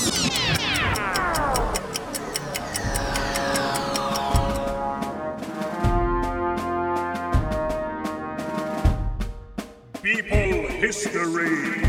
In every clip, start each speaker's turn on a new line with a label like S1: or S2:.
S1: People History.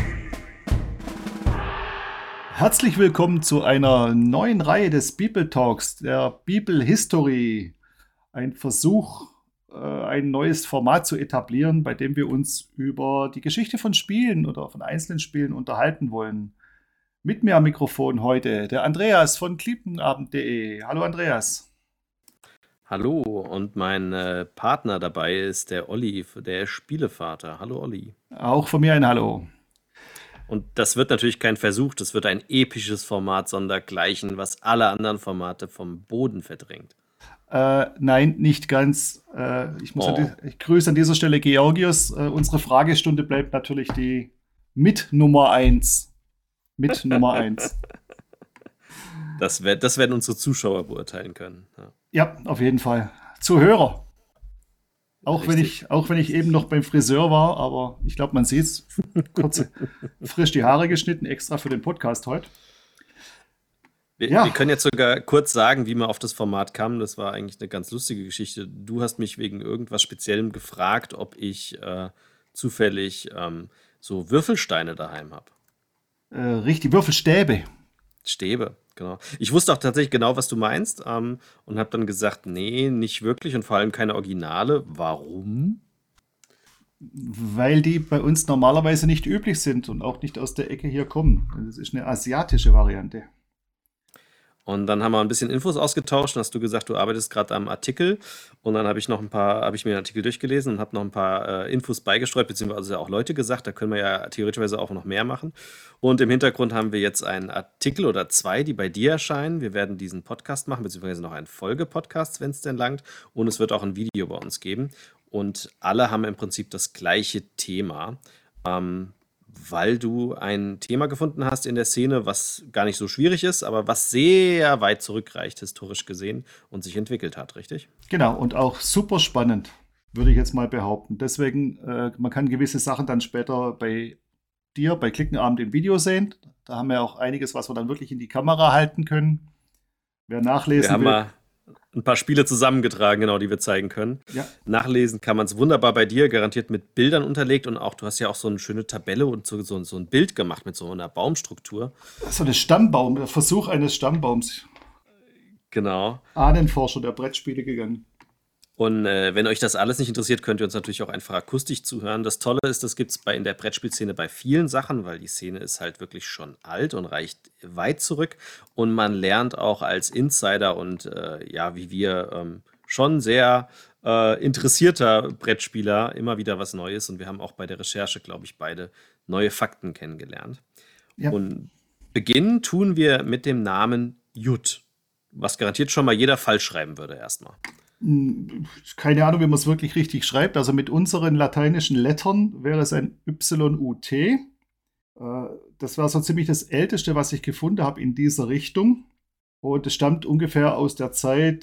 S2: Herzlich willkommen zu einer neuen Reihe des People Talks, der People History. Ein Versuch, ein neues Format zu etablieren, bei dem wir uns über die Geschichte von Spielen oder von einzelnen Spielen unterhalten wollen. Mit mir am Mikrofon heute der Andreas von Clippenabend.de. Hallo Andreas.
S3: Hallo, und mein Partner dabei ist der Olli, der Spielevater. Hallo Olli.
S2: Auch von mir ein Hallo.
S3: Und das wird natürlich kein Versuch, das wird ein episches Format sondergleichen, was alle anderen Formate vom Boden verdrängt.
S2: Nein, nicht ganz. Ich grüße an dieser Stelle Georgios. Unsere Fragestunde bleibt natürlich die mit Nummer 1. Mit Nummer 1.
S3: Das werden unsere Zuschauer beurteilen können.
S2: Ja, auf jeden Fall. Zuhörer. Auch wenn ich eben noch beim Friseur war, aber ich glaube, man sieht es. Frisch die Haare geschnitten, extra für den Podcast heute.
S3: Wir können jetzt sogar kurz sagen, wie man auf das Format kam. Das war eigentlich eine ganz lustige Geschichte. Du hast mich wegen irgendwas Speziellem gefragt, ob ich zufällig so Würfelsteine daheim habe.
S2: Richtig, Würfelstäbe.
S3: Stäbe, genau. Ich wusste auch tatsächlich genau, was du meinst, und habe dann gesagt, nee, nicht wirklich und vor allem keine Originale. Warum?
S2: Weil die bei uns normalerweise nicht üblich sind und auch nicht aus der Ecke hier kommen. Das ist eine asiatische Variante.
S3: Und dann haben wir ein bisschen Infos ausgetauscht und hast du gesagt, du arbeitest gerade am Artikel. Und dann habe ich mir den Artikel durchgelesen und habe noch ein paar Infos beigestreut, beziehungsweise auch Leute gesagt, da können wir ja theoretischerweise auch noch mehr machen. Und im Hintergrund haben wir jetzt einen Artikel oder zwei, die bei dir erscheinen. Wir werden diesen Podcast machen, beziehungsweise noch einen Folgepodcast, wenn es denn langt. Und es wird auch ein Video bei uns geben. Und alle haben im Prinzip das gleiche Thema. Weil du ein Thema gefunden hast in der Szene, was gar nicht so schwierig ist, aber was sehr weit zurückreicht, historisch gesehen, und sich entwickelt hat, richtig?
S2: Genau, und auch super spannend, würde ich jetzt mal behaupten. Deswegen, man kann gewisse Sachen dann später bei dir, bei Klickenabend im Video sehen. Da haben wir auch einiges, was wir dann wirklich in die Kamera halten können. Wer nachlesen will.
S3: Wir haben mal ein paar Spiele zusammengetragen, genau, die wir zeigen können.
S2: Ja.
S3: Nachlesen kann man es wunderbar bei dir, garantiert mit Bildern unterlegt, und auch, du hast ja auch so eine schöne Tabelle und so ein Bild gemacht mit so einer Baumstruktur.
S2: So ein Stammbaum, der Versuch eines Stammbaums.
S3: Genau.
S2: Ahnenforscher der Brettspiele gegangen.
S3: Und wenn euch das alles nicht interessiert, könnt ihr uns natürlich auch einfach akustisch zuhören. Das Tolle ist, das gibt es in der Brettspielszene bei vielen Sachen, weil die Szene ist halt wirklich schon alt und reicht weit zurück. Und man lernt auch als Insider und wie wir schon sehr interessierter Brettspieler immer wieder was Neues. Und wir haben auch bei der Recherche, glaube ich, beide neue Fakten kennengelernt. Ja. Und beginnen tun wir mit dem Namen Jut, was garantiert schon mal jeder falsch schreiben würde erstmal.
S2: Keine Ahnung, wie man es wirklich richtig schreibt. Also mit unseren lateinischen Lettern wäre es ein YUT. Das war so ziemlich das Älteste, was ich gefunden habe in dieser Richtung. Und es stammt ungefähr aus der Zeit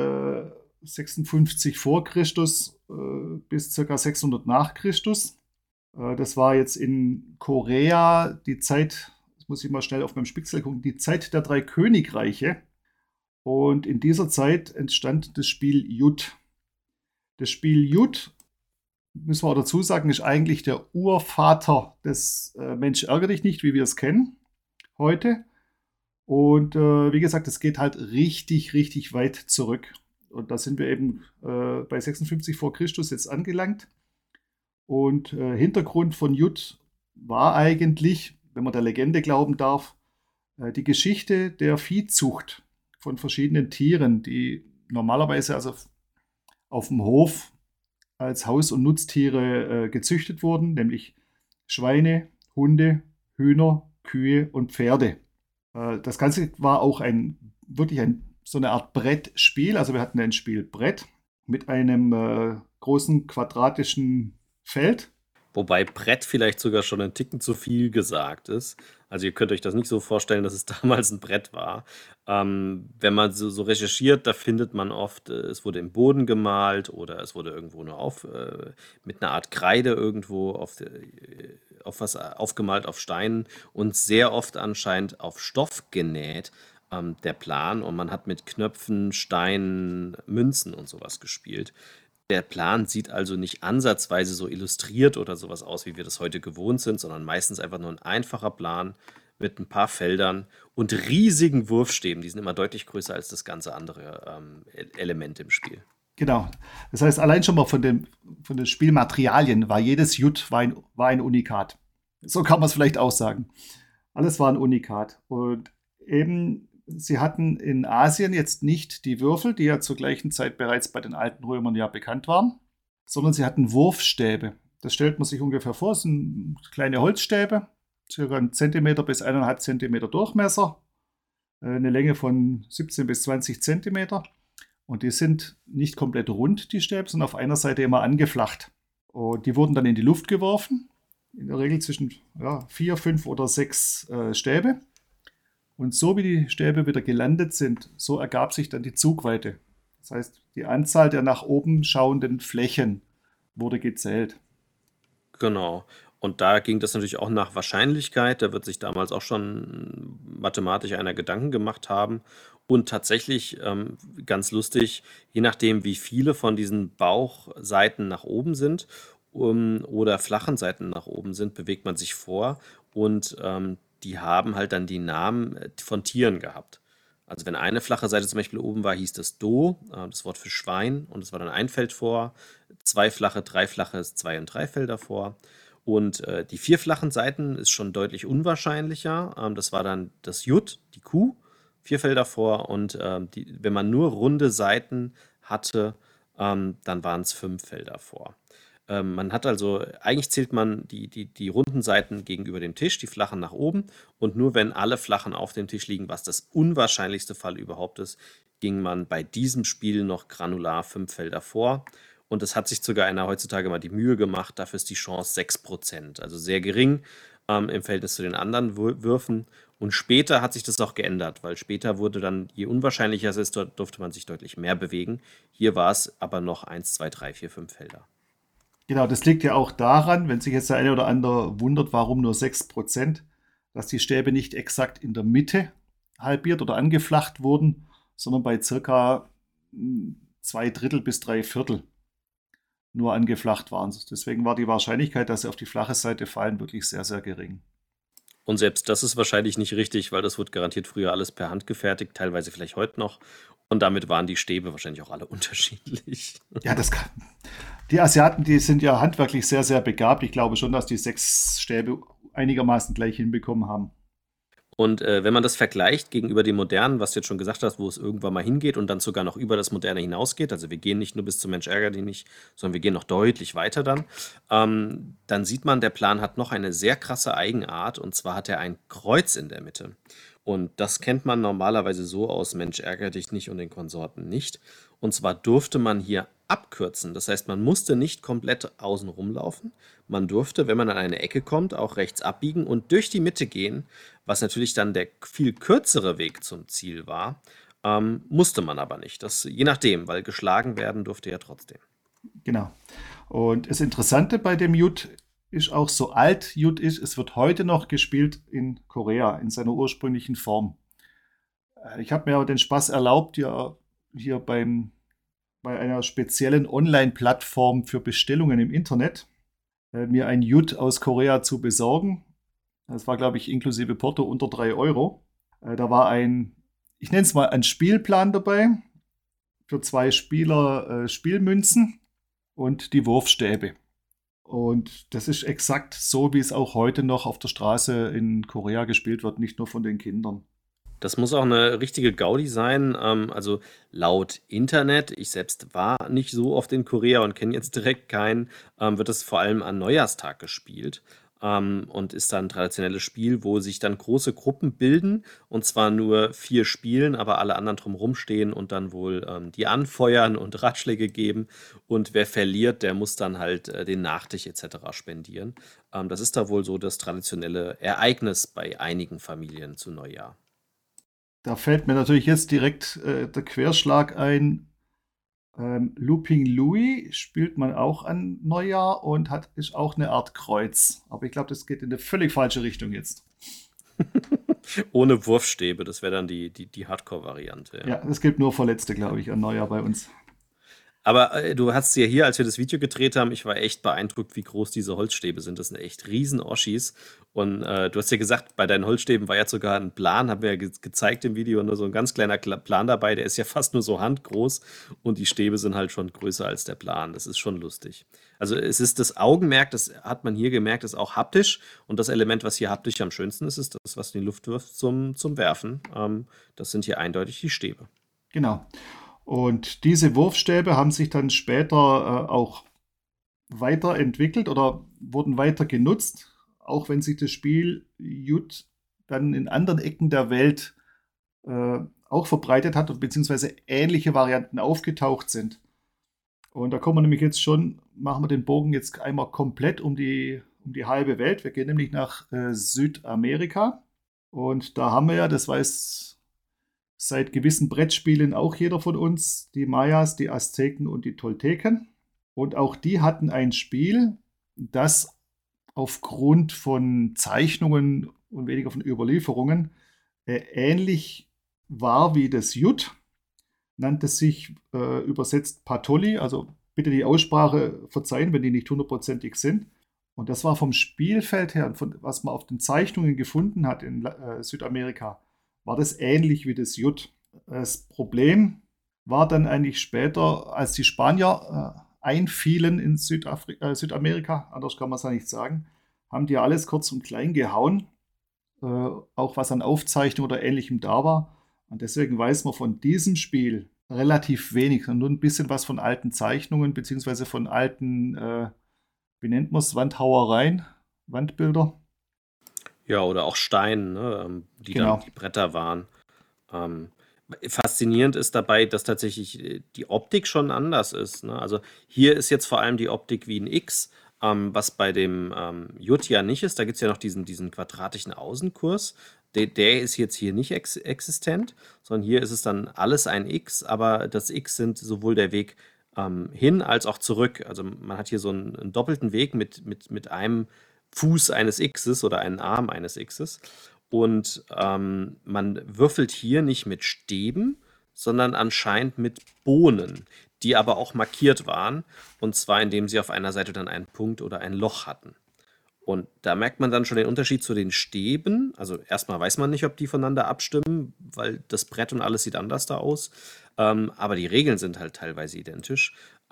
S2: 56 vor Christus bis ca. 600 nach Christus. Das war jetzt in Korea die Zeit, das muss ich mal schnell auf meinem Spickzettel gucken, die Zeit der 3 Königreiche. Und in dieser Zeit entstand das Spiel Jut. Das Spiel Jut, müssen wir auch dazu sagen, ist eigentlich der Urvater des Mensch ärgere dich nicht, wie wir es kennen heute. Und wie gesagt, es geht halt richtig, richtig weit zurück. Und da sind wir eben bei 56 vor Christus jetzt angelangt. Und Hintergrund von Jut war eigentlich, wenn man der Legende glauben darf, die Geschichte der Viehzucht von verschiedenen Tieren, die normalerweise also auf dem Hof als Haus- und Nutztiere gezüchtet wurden, nämlich Schweine, Hunde, Hühner, Kühe und Pferde. Das Ganze war auch so eine Art Brettspiel. Also wir hatten ein Spielbrett mit einem großen quadratischen Feld.
S3: Wobei Brett vielleicht sogar schon ein Ticken zu viel gesagt ist. Also ihr könnt euch das nicht so vorstellen, dass es damals ein Brett war. Wenn man so recherchiert, da findet man oft, es wurde im Boden gemalt oder es wurde irgendwo nur mit einer Art Kreide irgendwo auf was aufgemalt auf Steinen und sehr oft anscheinend auf Stoff genäht, der Plan. Und man hat mit Knöpfen, Steinen, Münzen und sowas gespielt. Der Plan sieht also nicht ansatzweise so illustriert oder sowas aus, wie wir das heute gewohnt sind, sondern meistens einfach nur ein einfacher Plan mit ein paar Feldern und riesigen Wurfstäben. Die sind immer deutlich größer als das ganze andere Element im Spiel.
S2: Genau. Das heißt, allein schon mal von den Spielmaterialien war jedes Jut war ein Unikat. So kann man es vielleicht auch sagen. Alles war ein Unikat. Und eben, sie hatten in Asien jetzt nicht die Würfel, die ja zur gleichen Zeit bereits bei den alten Römern ja bekannt waren, sondern sie hatten Wurfstäbe. Das stellt man sich ungefähr vor, das sind kleine Holzstäbe, circa 1 Zentimeter bis 1,5 Zentimeter Durchmesser, eine Länge von 17 bis 20 Zentimeter. Und die sind nicht komplett rund, die Stäbe, sondern auf einer Seite immer angeflacht. Und die wurden dann in die Luft geworfen, in der Regel zwischen 4, 5 oder 6 Stäbe. Und so wie die Stäbe wieder gelandet sind, so ergab sich dann die Zugweite. Das heißt, die Anzahl der nach oben schauenden Flächen wurde gezählt.
S3: Genau. Und da ging das natürlich auch nach Wahrscheinlichkeit. Da wird sich damals auch schon mathematisch einer Gedanken gemacht haben. Und tatsächlich, ganz lustig, je nachdem, wie viele von diesen Bauchseiten nach oben sind oder flachen Seiten nach oben sind, bewegt man sich vor. Und die haben halt dann die Namen von Tieren gehabt. Also wenn eine flache Seite zum Beispiel oben war, hieß das Do, das Wort für Schwein, und es war dann ein Feld vor, 2 flache, 3 flache, 2 und 3 Felder vor. Und die 4 flachen Seiten ist schon deutlich unwahrscheinlicher. Das war dann das Jut, die Kuh, 4 Felder vor. Und wenn man nur runde Seiten hatte, dann waren es 5 Felder vor. Man hat also, eigentlich zählt man die runden Seiten gegenüber dem Tisch, die flachen nach oben. Und nur wenn alle flachen auf dem Tisch liegen, was das unwahrscheinlichste Fall überhaupt ist, ging man bei diesem Spiel noch granular 5 Felder vor. Und es hat sich sogar einer heutzutage mal die Mühe gemacht, dafür ist die Chance 6%, also sehr gering im Verhältnis zu den anderen Würfen. Und später hat sich das auch geändert, weil später wurde dann, je unwahrscheinlicher es ist, dort durfte man sich deutlich mehr bewegen. Hier war es aber noch 1, 2, 3, 4, 5 Felder.
S2: Genau, das liegt ja auch daran, wenn sich jetzt der eine oder andere wundert, warum nur 6%, dass die Stäbe nicht exakt in der Mitte halbiert oder angeflacht wurden, sondern bei circa 2/3 bis 3/4 nur angeflacht waren. Deswegen war die Wahrscheinlichkeit, dass sie auf die flache Seite fallen, wirklich sehr, sehr gering.
S3: Und selbst das ist wahrscheinlich nicht richtig, weil das wurde garantiert früher alles per Hand gefertigt, teilweise vielleicht heute noch. Und damit waren die Stäbe wahrscheinlich auch alle unterschiedlich.
S2: Ja, die Asiaten, die sind ja handwerklich sehr, sehr begabt. Ich glaube schon, dass die 6 Stäbe einigermaßen gleich hinbekommen haben.
S3: Und wenn man das vergleicht gegenüber dem Modernen, was du jetzt schon gesagt hast, wo es irgendwann mal hingeht und dann sogar noch über das Moderne hinausgeht, also wir gehen nicht nur bis zum Mensch ärgere dich nicht, sondern wir gehen noch deutlich weiter dann sieht man, der Plan hat noch eine sehr krasse Eigenart, und zwar hat er ein Kreuz in der Mitte. Und das kennt man normalerweise so aus Mensch ärgere dich nicht und den Konsorten nicht. Und zwar durfte man hier abkürzen. Das heißt, man musste nicht komplett außen rumlaufen. Man durfte, wenn man an eine Ecke kommt, auch rechts abbiegen und durch die Mitte gehen, was natürlich dann der viel kürzere Weg zum Ziel war. Musste man aber nicht. Das je nachdem, weil geschlagen werden durfte ja trotzdem.
S2: Genau. Und das Interessante bei dem Jut ist auch, so alt Jut ist, es wird heute noch gespielt in Korea in seiner ursprünglichen Form. Ich habe mir den Spaß erlaubt, hier bei einer speziellen Online-Plattform für Bestellungen im Internet mir ein Jut aus Korea zu besorgen. Das war, glaube ich, inklusive Porto unter 3 Euro. Da war ich nenne es mal ein Spielplan dabei, für 2 Spieler Spielmünzen und die Wurfstäbe. Und das ist exakt so, wie es auch heute noch auf der Straße in Korea gespielt wird, nicht nur von den Kindern.
S3: Das muss auch eine richtige Gaudi sein. Also laut Internet, ich selbst war nicht so oft in Korea und kenne jetzt direkt keinen, wird es vor allem an Neujahrstag gespielt. und ist dann ein traditionelles Spiel, wo sich dann große Gruppen bilden und zwar nur 4 spielen, aber alle anderen drumherum stehen und dann wohl die anfeuern und Ratschläge geben. Und wer verliert, der muss dann halt den Nachtisch etc. spendieren. Das ist da wohl so das traditionelle Ereignis bei einigen Familien zu Neujahr.
S2: Da fällt mir natürlich jetzt direkt der Querschlag ein. Looping Louis spielt man auch an Neujahr und ist auch eine Art Kreuz. Aber ich glaube, das geht in eine völlig falsche Richtung jetzt.
S3: Ohne Wurfstäbe, das wäre dann die Hardcore-Variante. Ja.
S2: Ja, es gibt nur Verletzte, glaube ich, an Neujahr bei uns.
S3: Aber du hast ja hier, als wir das Video gedreht haben, ich war echt beeindruckt, wie groß diese Holzstäbe sind. Das sind echt riesen Oschis. Und du hast ja gesagt, bei deinen Holzstäben war ja sogar ein Plan, haben wir ja gezeigt im Video, nur so ein ganz kleiner Plan dabei, der ist ja fast nur so handgroß und die Stäbe sind halt schon größer als der Plan. Das ist schon lustig. Also es ist das Augenmerk, das hat man hier gemerkt, ist auch haptisch. Und das Element, was hier haptisch am schönsten ist, ist das, was in die Luft wirft zum Werfen. Das sind hier eindeutig die Stäbe.
S2: Genau. Und diese Wurfstäbe haben sich dann später auch weiterentwickelt oder wurden weiter genutzt, auch wenn sich das Spiel Jut dann in anderen Ecken der Welt auch verbreitet hat und beziehungsweise ähnliche Varianten aufgetaucht sind. Und da kommen wir nämlich jetzt schon, machen wir den Bogen jetzt einmal komplett um die halbe Welt. Wir gehen nämlich nach Südamerika und da haben wir ja, das weiß seit gewissen Brettspielen auch jeder von uns, die Mayas, die Azteken und die Tolteken. Und auch die hatten ein Spiel, das aufgrund von Zeichnungen und weniger von Überlieferungen ähnlich war wie das Jut, nannte sich übersetzt Patolli, also bitte die Aussprache verzeihen, wenn die nicht hundertprozentig sind. Und das war vom Spielfeld her, und von was man auf den Zeichnungen gefunden hat in Südamerika, war das ähnlich wie das Jut. Das Problem war dann eigentlich später, als die Spanier einfielen in Südamerika, anders kann man es ja nicht sagen, haben die alles kurz und klein gehauen, auch was an Aufzeichnung oder Ähnlichem da war. Und deswegen weiß man von diesem Spiel relativ wenig, nur ein bisschen was von alten Zeichnungen, beziehungsweise von alten, wie nennt man es, Wandhauereien, Wandbilder.
S3: Ja, oder auch Steinen, ne, die
S2: Genau.
S3: dann die Bretter waren. Faszinierend ist dabei, dass tatsächlich die Optik schon anders ist. Ne? Also hier ist jetzt vor allem die Optik wie ein X, was bei dem Jut ja nicht ist. Da gibt es ja noch diesen quadratischen Außenkurs. Der ist jetzt hier nicht existent, sondern hier ist es dann alles ein X, aber das X sind sowohl der Weg hin als auch zurück. Also man hat hier so einen doppelten Weg mit einem Fuß eines Xs oder einen Arm eines Xs. Und man würfelt hier nicht mit Stäben, sondern anscheinend mit Bohnen, die aber auch markiert waren. Und zwar indem sie auf einer Seite dann einen Punkt oder ein Loch hatten. Und da merkt man dann schon den Unterschied zu den Stäben. Also erstmal weiß man nicht, ob die voneinander abstimmen, weil das Brett und alles sieht anders da aus. Aber die Regeln sind halt teilweise identisch.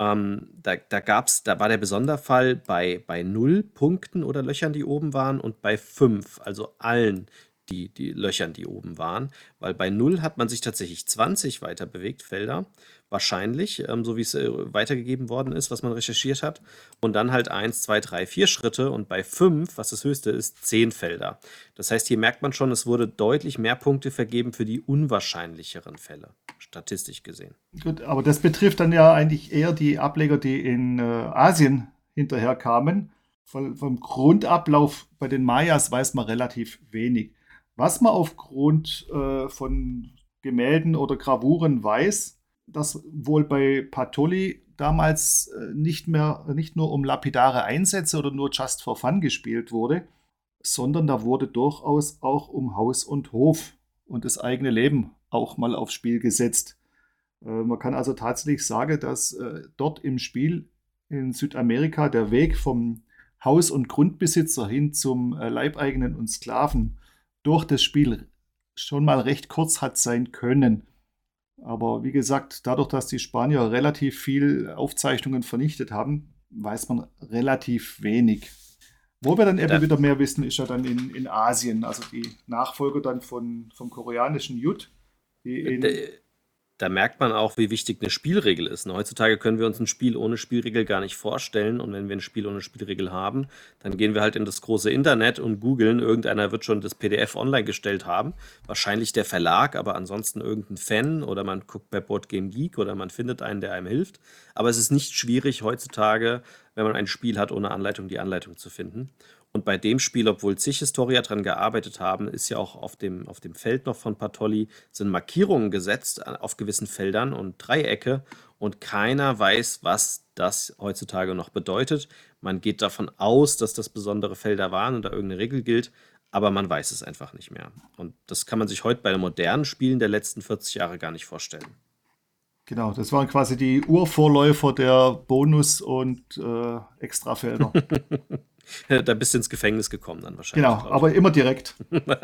S3: Da war der Besonderfall bei 0 Punkten oder Löchern, die oben waren, und bei 5, also allen die Löchern, die oben waren. Weil bei 0 hat man sich tatsächlich 20 weiter bewegt, Felder. Wahrscheinlich, so wie es weitergegeben worden ist, was man recherchiert hat. Und dann halt 1, 2, 3, 4 Schritte. Und bei 5, was das höchste ist, 10 Felder. Das heißt, hier merkt man schon, es wurde deutlich mehr Punkte vergeben für die unwahrscheinlicheren Fälle, statistisch gesehen.
S2: Gut, aber das betrifft dann ja eigentlich eher die Ableger, die in Asien hinterher kamen. Vom Grundablauf bei den Mayas weiß man relativ wenig. Was man aufgrund von Gemälden oder Gravuren weiß, dass wohl bei Patolli damals nicht nur um lapidare Einsätze oder nur just for fun gespielt wurde, sondern da wurde durchaus auch um Haus und Hof und das eigene Leben auch mal aufs Spiel gesetzt. Man kann also tatsächlich sagen, dass dort im Spiel in Südamerika der Weg vom Haus- und Grundbesitzer hin zum Leibeigenen und Sklaven durch das Spiel schon mal recht kurz hat sein können. Aber wie gesagt, dadurch, dass die Spanier relativ viel Aufzeichnungen vernichtet haben, weiß man relativ wenig. Wo wir dann eben wieder mehr wissen, ist ja dann in Asien, also die Nachfolger dann vom koreanischen Jut.
S3: da merkt man auch, wie wichtig eine Spielregel ist. Ne? Heutzutage können wir uns ein Spiel ohne Spielregel gar nicht vorstellen. Und wenn wir ein Spiel ohne Spielregel haben, dann gehen wir halt in das große Internet und googeln. Irgendeiner wird schon das PDF online gestellt haben. Wahrscheinlich der Verlag, aber ansonsten irgendein Fan oder man guckt bei Board Game Geek oder man findet einen, der einem hilft. Aber es ist nicht schwierig heutzutage, wenn man ein Spiel hat, ohne Anleitung die Anleitung zu finden. Und bei dem Spiel, obwohl zig Historiker dran gearbeitet haben, ist ja auch auf dem Feld noch von Bartoli, sind Markierungen gesetzt auf gewissen Feldern und Dreiecke und keiner weiß, was das heutzutage noch bedeutet. Man geht davon aus, dass das besondere Felder waren und da irgendeine Regel gilt, aber man weiß es einfach nicht mehr. Und das kann man sich heute bei den modernen Spielen der letzten 40 Jahre gar nicht vorstellen.
S2: Genau, das waren quasi die Urvorläufer der Bonus- und Extrafelder.
S3: Da bist du ins Gefängnis gekommen dann wahrscheinlich.
S2: Genau, aber immer direkt.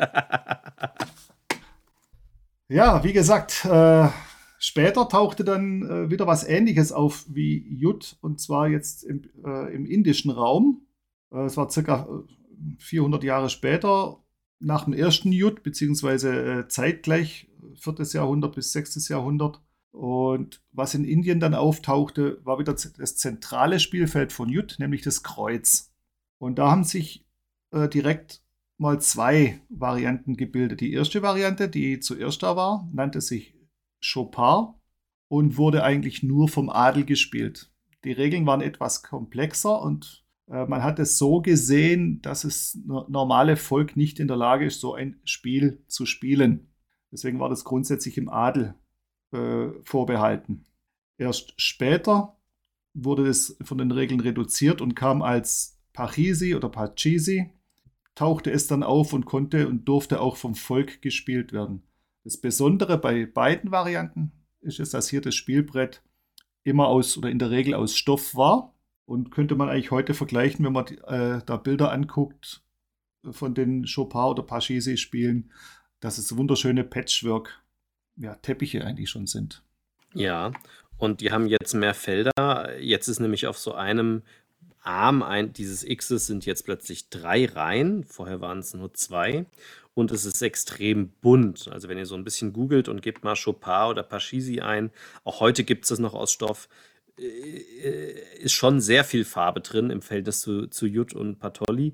S2: Ja, wie gesagt, später tauchte dann wieder was Ähnliches auf wie Jut, und zwar jetzt im indischen Raum. Es war circa 400 Jahre später, nach dem ersten Jut, beziehungsweise zeitgleich 4. Jahrhundert bis 6. Jahrhundert. Und was in Indien dann auftauchte, war wieder das zentrale Spielfeld von Jut, nämlich das Kreuz. Und da haben sich direkt mal zwei Varianten gebildet. Die erste Variante, die zuerst da war, nannte sich Chopard und wurde eigentlich nur vom Adel gespielt. Die Regeln waren etwas komplexer und man hat es so gesehen, dass das normale Volk nicht in der Lage ist, so ein Spiel zu spielen. Deswegen war das grundsätzlich im Adel vorbehalten. Erst später wurde es von den Regeln reduziert und kam als Pachisi oder Pachisi, tauchte es dann auf und konnte und durfte auch vom Volk gespielt werden. Das Besondere bei beiden Varianten ist es, dass hier das Spielbrett immer aus oder in der Regel aus Stoff war und könnte man eigentlich heute vergleichen, wenn man da Bilder anguckt von den Chopard- oder Pachisi-Spielen, dass es wunderschöne Patchwork, ja, Teppiche eigentlich schon sind.
S3: Ja, und die haben jetzt mehr Felder. Jetzt ist nämlich auf so einem Arm dieses Xs sind jetzt plötzlich 3 Reihen. Vorher waren es nur 2. Und es ist extrem bunt. Also wenn ihr so ein bisschen googelt und gebt mal Chopard oder Pachisi ein, auch heute gibt es das noch aus Stoff, ist schon sehr viel Farbe drin im Verhältnis zu Jut und Bartoli.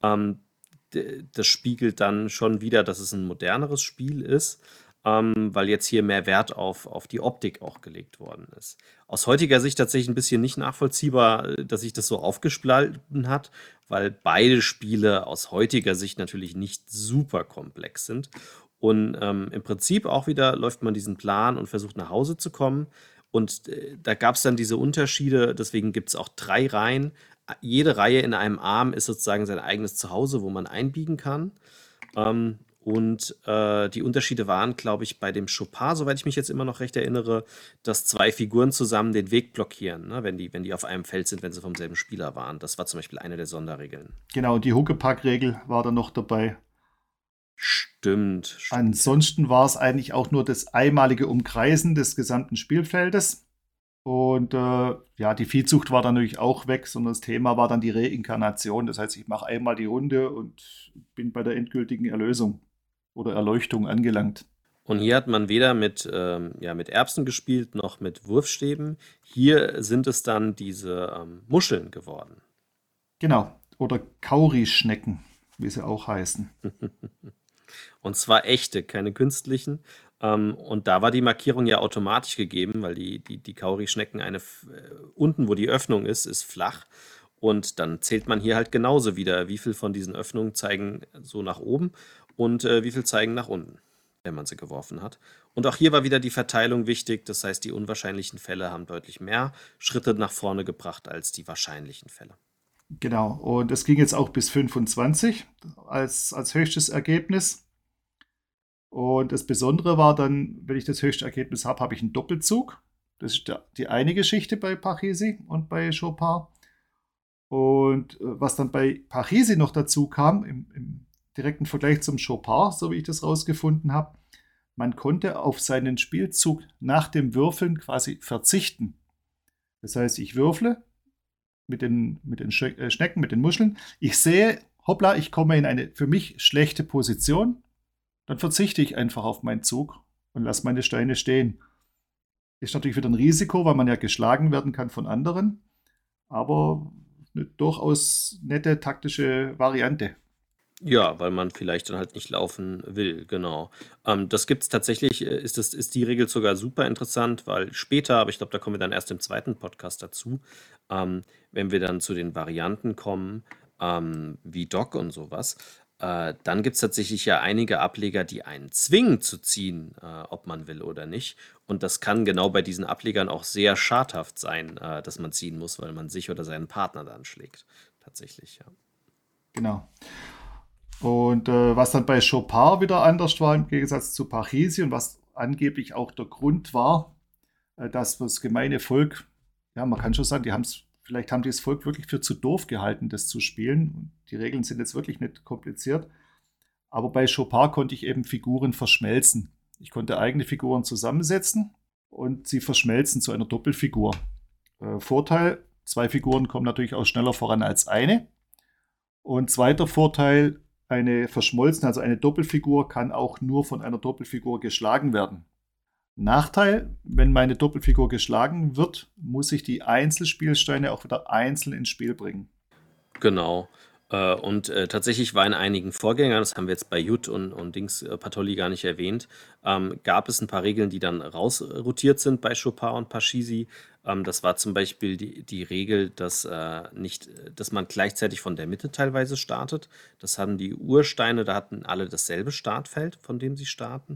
S3: Das spiegelt dann schon wieder, dass es ein moderneres Spiel ist, weil jetzt hier mehr Wert auf die Optik auch gelegt worden ist. Aus heutiger Sicht tatsächlich ein bisschen nicht nachvollziehbar, dass sich das so aufgespalten hat, weil beide Spiele aus heutiger Sicht natürlich nicht super komplex sind. Und im Prinzip auch wieder läuft man diesen Plan und versucht nach Hause zu kommen. Und da gab es dann diese Unterschiede, deswegen gibt es auch 3 Reihen. Jede Reihe in einem Arm ist sozusagen sein eigenes Zuhause, wo man einbiegen kann. Und die Unterschiede waren, glaube ich, bei dem Chopard, soweit ich mich jetzt immer noch recht erinnere, dass 2 Figuren zusammen den Weg blockieren, ne? Wenn die auf einem Feld sind, wenn sie vom selben Spieler waren. Das war zum Beispiel eine der Sonderregeln.
S2: Genau, die Huckepack-Regel war dann noch dabei.
S3: Stimmt.
S2: Ansonsten war es eigentlich auch nur das einmalige Umkreisen des gesamten Spielfeldes. Und ja, die Viehzucht war dann natürlich auch weg, sondern das Thema war dann die Reinkarnation. Das heißt, ich mache einmal die Runde und bin bei der endgültigen Erlösung oder Erleuchtung angelangt.
S3: Und hier hat man weder mit Erbsen gespielt, noch mit Wurfstäben. Hier sind es dann diese Muscheln geworden.
S2: Genau, oder Kaurischnecken, wie sie auch heißen.
S3: Und zwar echte, keine künstlichen. Und da war die Markierung ja automatisch gegeben, weil die Kaurischnecken unten, wo die Öffnung ist flach. Und dann zählt man hier halt genauso wieder, wie viel von diesen Öffnungen zeigen so nach oben und wie viel zeigen nach unten, wenn man sie geworfen hat. Und auch hier war wieder die Verteilung wichtig. Das heißt, die unwahrscheinlichen Fälle haben deutlich mehr Schritte nach vorne gebracht als die wahrscheinlichen Fälle.
S2: Genau, und es ging jetzt auch bis 25 als höchstes Ergebnis. Und das Besondere war dann, wenn ich das höchste Ergebnis habe, habe ich einen Doppelzug. Das ist die eine Geschichte bei Pachisi und bei Chopard. Und was dann bei Pachisi noch dazu kam, im direkten Vergleich zum Chopard, so wie ich das rausgefunden habe, man konnte auf seinen Spielzug nach dem Würfeln quasi verzichten. Das heißt, ich würfle mit den Schnecken, mit den Muscheln. Ich sehe, hoppla, ich komme in eine für mich schlechte Position. Dann verzichte ich einfach auf meinen Zug und lasse meine Steine stehen. Ist natürlich wieder ein Risiko, weil man ja geschlagen werden kann von anderen. Aber eine durchaus nette taktische Variante.
S3: Ja, weil man vielleicht dann halt nicht laufen will, genau. Das gibt's tatsächlich, ist die Regel sogar super interessant, weil später, aber ich glaube, da kommen wir dann erst im zweiten Podcast dazu, wenn wir dann zu den Varianten kommen, wie Doc und sowas, dann gibt's tatsächlich ja einige Ableger, die einen zwingen zu ziehen, ob man will oder nicht. Und das kann genau bei diesen Ablegern auch sehr schadhaft sein, dass man ziehen muss, weil man sich oder seinen Partner dann schlägt. Tatsächlich, ja.
S2: Genau. Und was dann bei Chopin wieder anders war im Gegensatz zu Parisi und was angeblich auch der Grund war, dass das gemeine Volk, ja, man kann schon sagen, vielleicht haben die das Volk wirklich für zu doof gehalten, das zu spielen. Und die Regeln sind jetzt wirklich nicht kompliziert. Aber bei Chopin konnte ich eben Figuren verschmelzen. Ich konnte eigene Figuren zusammensetzen und sie verschmelzen zu einer Doppelfigur. Vorteil, 2 Figuren kommen natürlich auch schneller voran als eine. Und zweiter Vorteil, eine verschmolzene, also eine Doppelfigur, kann auch nur von einer Doppelfigur geschlagen werden. Nachteil, wenn meine Doppelfigur geschlagen wird, muss ich die Einzelspielsteine auch wieder einzeln ins Spiel bringen.
S3: Genau. Und tatsächlich war in einigen Vorgängern, das haben wir jetzt bei Jut und Dings Patolli gar nicht erwähnt, gab es ein paar Regeln, die dann rausrotiert sind bei Chopin und Parchisi. Das war zum Beispiel die Regel, dass man gleichzeitig von der Mitte teilweise startet. Das hatten die Ursteine, da hatten alle dasselbe Startfeld, von dem sie starten.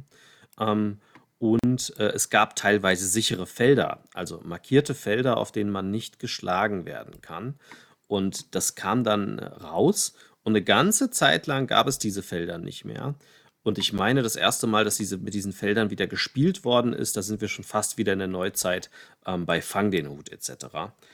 S3: Und es gab teilweise sichere Felder, also markierte Felder, auf denen man nicht geschlagen werden kann. Und das kam dann raus und eine ganze Zeit lang gab es diese Felder nicht mehr. Und ich meine, das erste Mal, dass mit diesen Feldern wieder gespielt worden ist, da sind wir schon fast wieder in der Neuzeit bei Fang den Hut etc.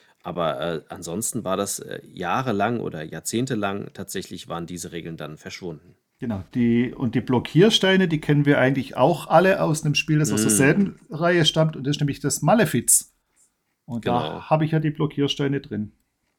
S3: Aber ansonsten war das jahrelang oder jahrzehntelang tatsächlich waren diese Regeln dann verschwunden.
S2: Genau, die Blockiersteine, die kennen wir eigentlich auch alle aus einem Spiel, das aus derselben Reihe stammt, und das ist nämlich das Malefiz. Und
S3: Genau.
S2: da habe ich ja die Blockiersteine drin.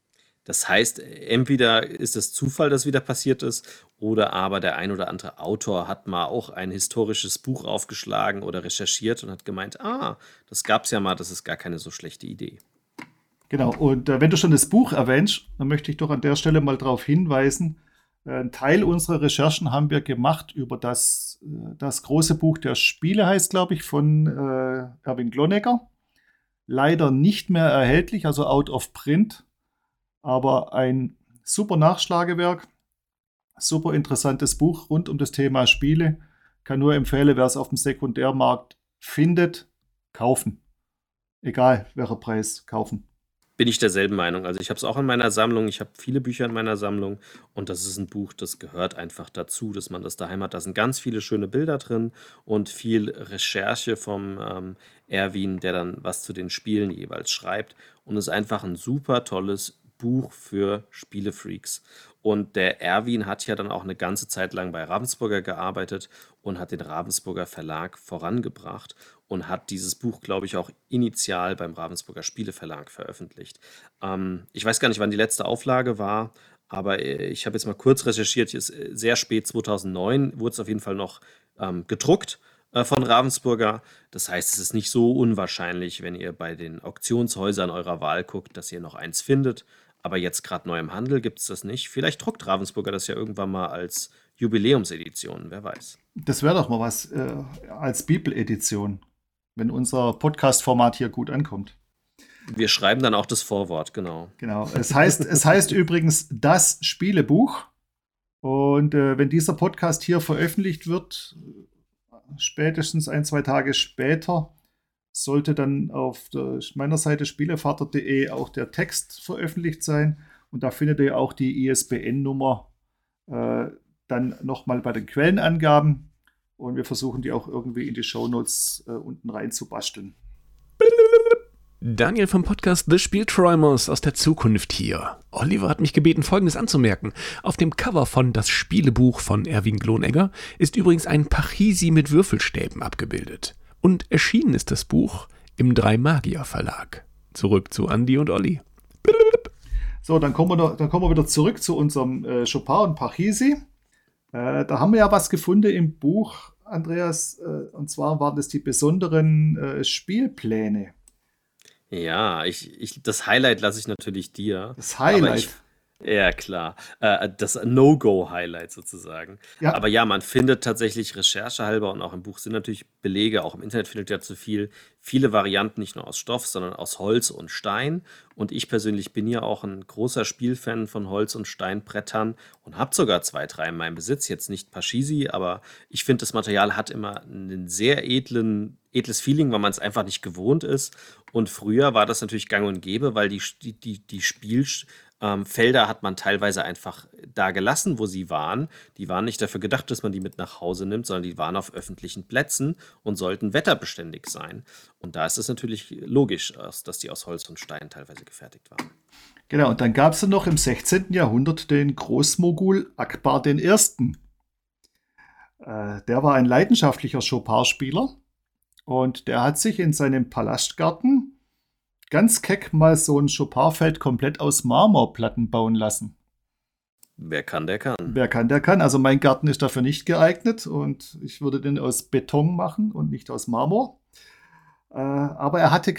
S3: Das heißt, entweder ist es Zufall, dass wieder passiert ist, oder aber der ein oder andere Autor hat mal auch ein historisches Buch aufgeschlagen oder recherchiert und hat gemeint, das gab es ja mal, das ist gar keine so schlechte Idee.
S2: Genau, und wenn du schon das Buch erwähnst, dann möchte ich doch an der Stelle mal darauf hinweisen, ein Teil unserer Recherchen haben wir gemacht über das große Buch der Spiele, heißt glaube ich, von Erwin Glonegger. Leider nicht mehr erhältlich, also out of print. Aber ein super Nachschlagewerk, super interessantes Buch rund um das Thema Spiele. Kann nur empfehlen, wer es auf dem Sekundärmarkt findet, kaufen. Egal welcher Preis, kaufen.
S3: Bin ich derselben Meinung. Also ich habe es auch in meiner Sammlung, ich habe viele Bücher in meiner Sammlung und das ist ein Buch, das gehört einfach dazu, dass man das daheim hat. Da sind ganz viele schöne Bilder drin und viel Recherche vom Erwin, der dann was zu den Spielen jeweils schreibt, und ist einfach ein super tolles Buch für Spielefreaks. Und der Erwin hat ja dann auch eine ganze Zeit lang bei Ravensburger gearbeitet und hat den Ravensburger Verlag vorangebracht und hat dieses Buch, glaube ich, auch initial beim Ravensburger Spieleverlag veröffentlicht. Ich weiß gar nicht, wann die letzte Auflage war, aber ich habe jetzt mal kurz recherchiert, ist sehr spät, 2009, wurde es auf jeden Fall noch gedruckt von Ravensburger. Das heißt, es ist nicht so unwahrscheinlich, wenn ihr bei den Auktionshäusern eurer Wahl guckt, dass ihr noch eins findet. Aber jetzt gerade neu im Handel gibt es das nicht. Vielleicht druckt Ravensburger das ja irgendwann mal als Jubiläumsedition, wer weiß.
S2: Das wäre doch mal was als Bibeledition, wenn unser Podcast-Format hier gut ankommt.
S3: Wir schreiben dann auch das Vorwort, genau.
S2: Genau. Es heißt übrigens das Spielebuch. Und wenn dieser Podcast hier veröffentlicht wird, spätestens 1-2 Tage später, sollte dann auf meiner Seite spielevater.de auch der Text veröffentlicht sein. Und da findet ihr auch die ISBN-Nummer dann nochmal bei den Quellenangaben. Und wir versuchen die auch irgendwie in die Shownotes unten rein zu basteln.
S4: Daniel vom Podcast The Spielträumers aus der Zukunft hier. Oliver hat mich gebeten, Folgendes anzumerken. Auf dem Cover von Das Spielebuch von Erwin Glonegger ist übrigens ein Parchisi mit Würfelstäben abgebildet. Und erschienen ist das Buch im Drei Magier Verlag. Zurück zu Andi und Olli.
S2: So, dann kommen wir wieder zurück zu unserem Chopin und Parchisi. Da haben wir ja was gefunden im Buch, Andreas, und zwar waren das die besonderen Spielpläne.
S3: Ja, das Highlight lasse ich natürlich dir.
S2: Das
S3: Aber ich,
S2: Highlight.
S3: ja klar, das No-Go-Highlight sozusagen.
S2: Ja,
S3: Aber ja, man findet tatsächlich recherchehalber und auch im Buch sind natürlich Belege, auch im Internet findet ihr dazu viele Varianten, nicht nur aus Stoff, sondern aus Holz und Stein. Und ich persönlich bin ja auch ein großer Spielfan von Holz- und Steinbrettern und habe sogar zwei, drei in meinem Besitz. Jetzt nicht Pachisi, aber ich finde, das Material hat immer ein sehr edles Feeling, weil man es einfach nicht gewohnt ist. Und früher war das natürlich gang und gäbe, weil die Spielfelder hat man teilweise einfach da gelassen, wo sie waren. Die waren nicht dafür gedacht, dass man die mit nach Hause nimmt, sondern die waren auf öffentlichen Plätzen und sollten wetterbeständig sein. Und da ist es natürlich logisch, dass die aus Holz und Stein teilweise gefertigt waren.
S2: genau. Und dann gab es noch im 16. Jahrhundert den Großmogul Akbar I. Der war ein leidenschaftlicher Chopin-Spieler und der hat sich in seinem Palastgarten ganz keck mal so ein Chopin-Feld komplett aus Marmorplatten bauen lassen.
S3: Wer kann, der kann.
S2: Wer kann, der kann. Also mein Garten ist dafür nicht geeignet und ich würde den aus Beton machen und nicht aus Marmor. Aber er hatte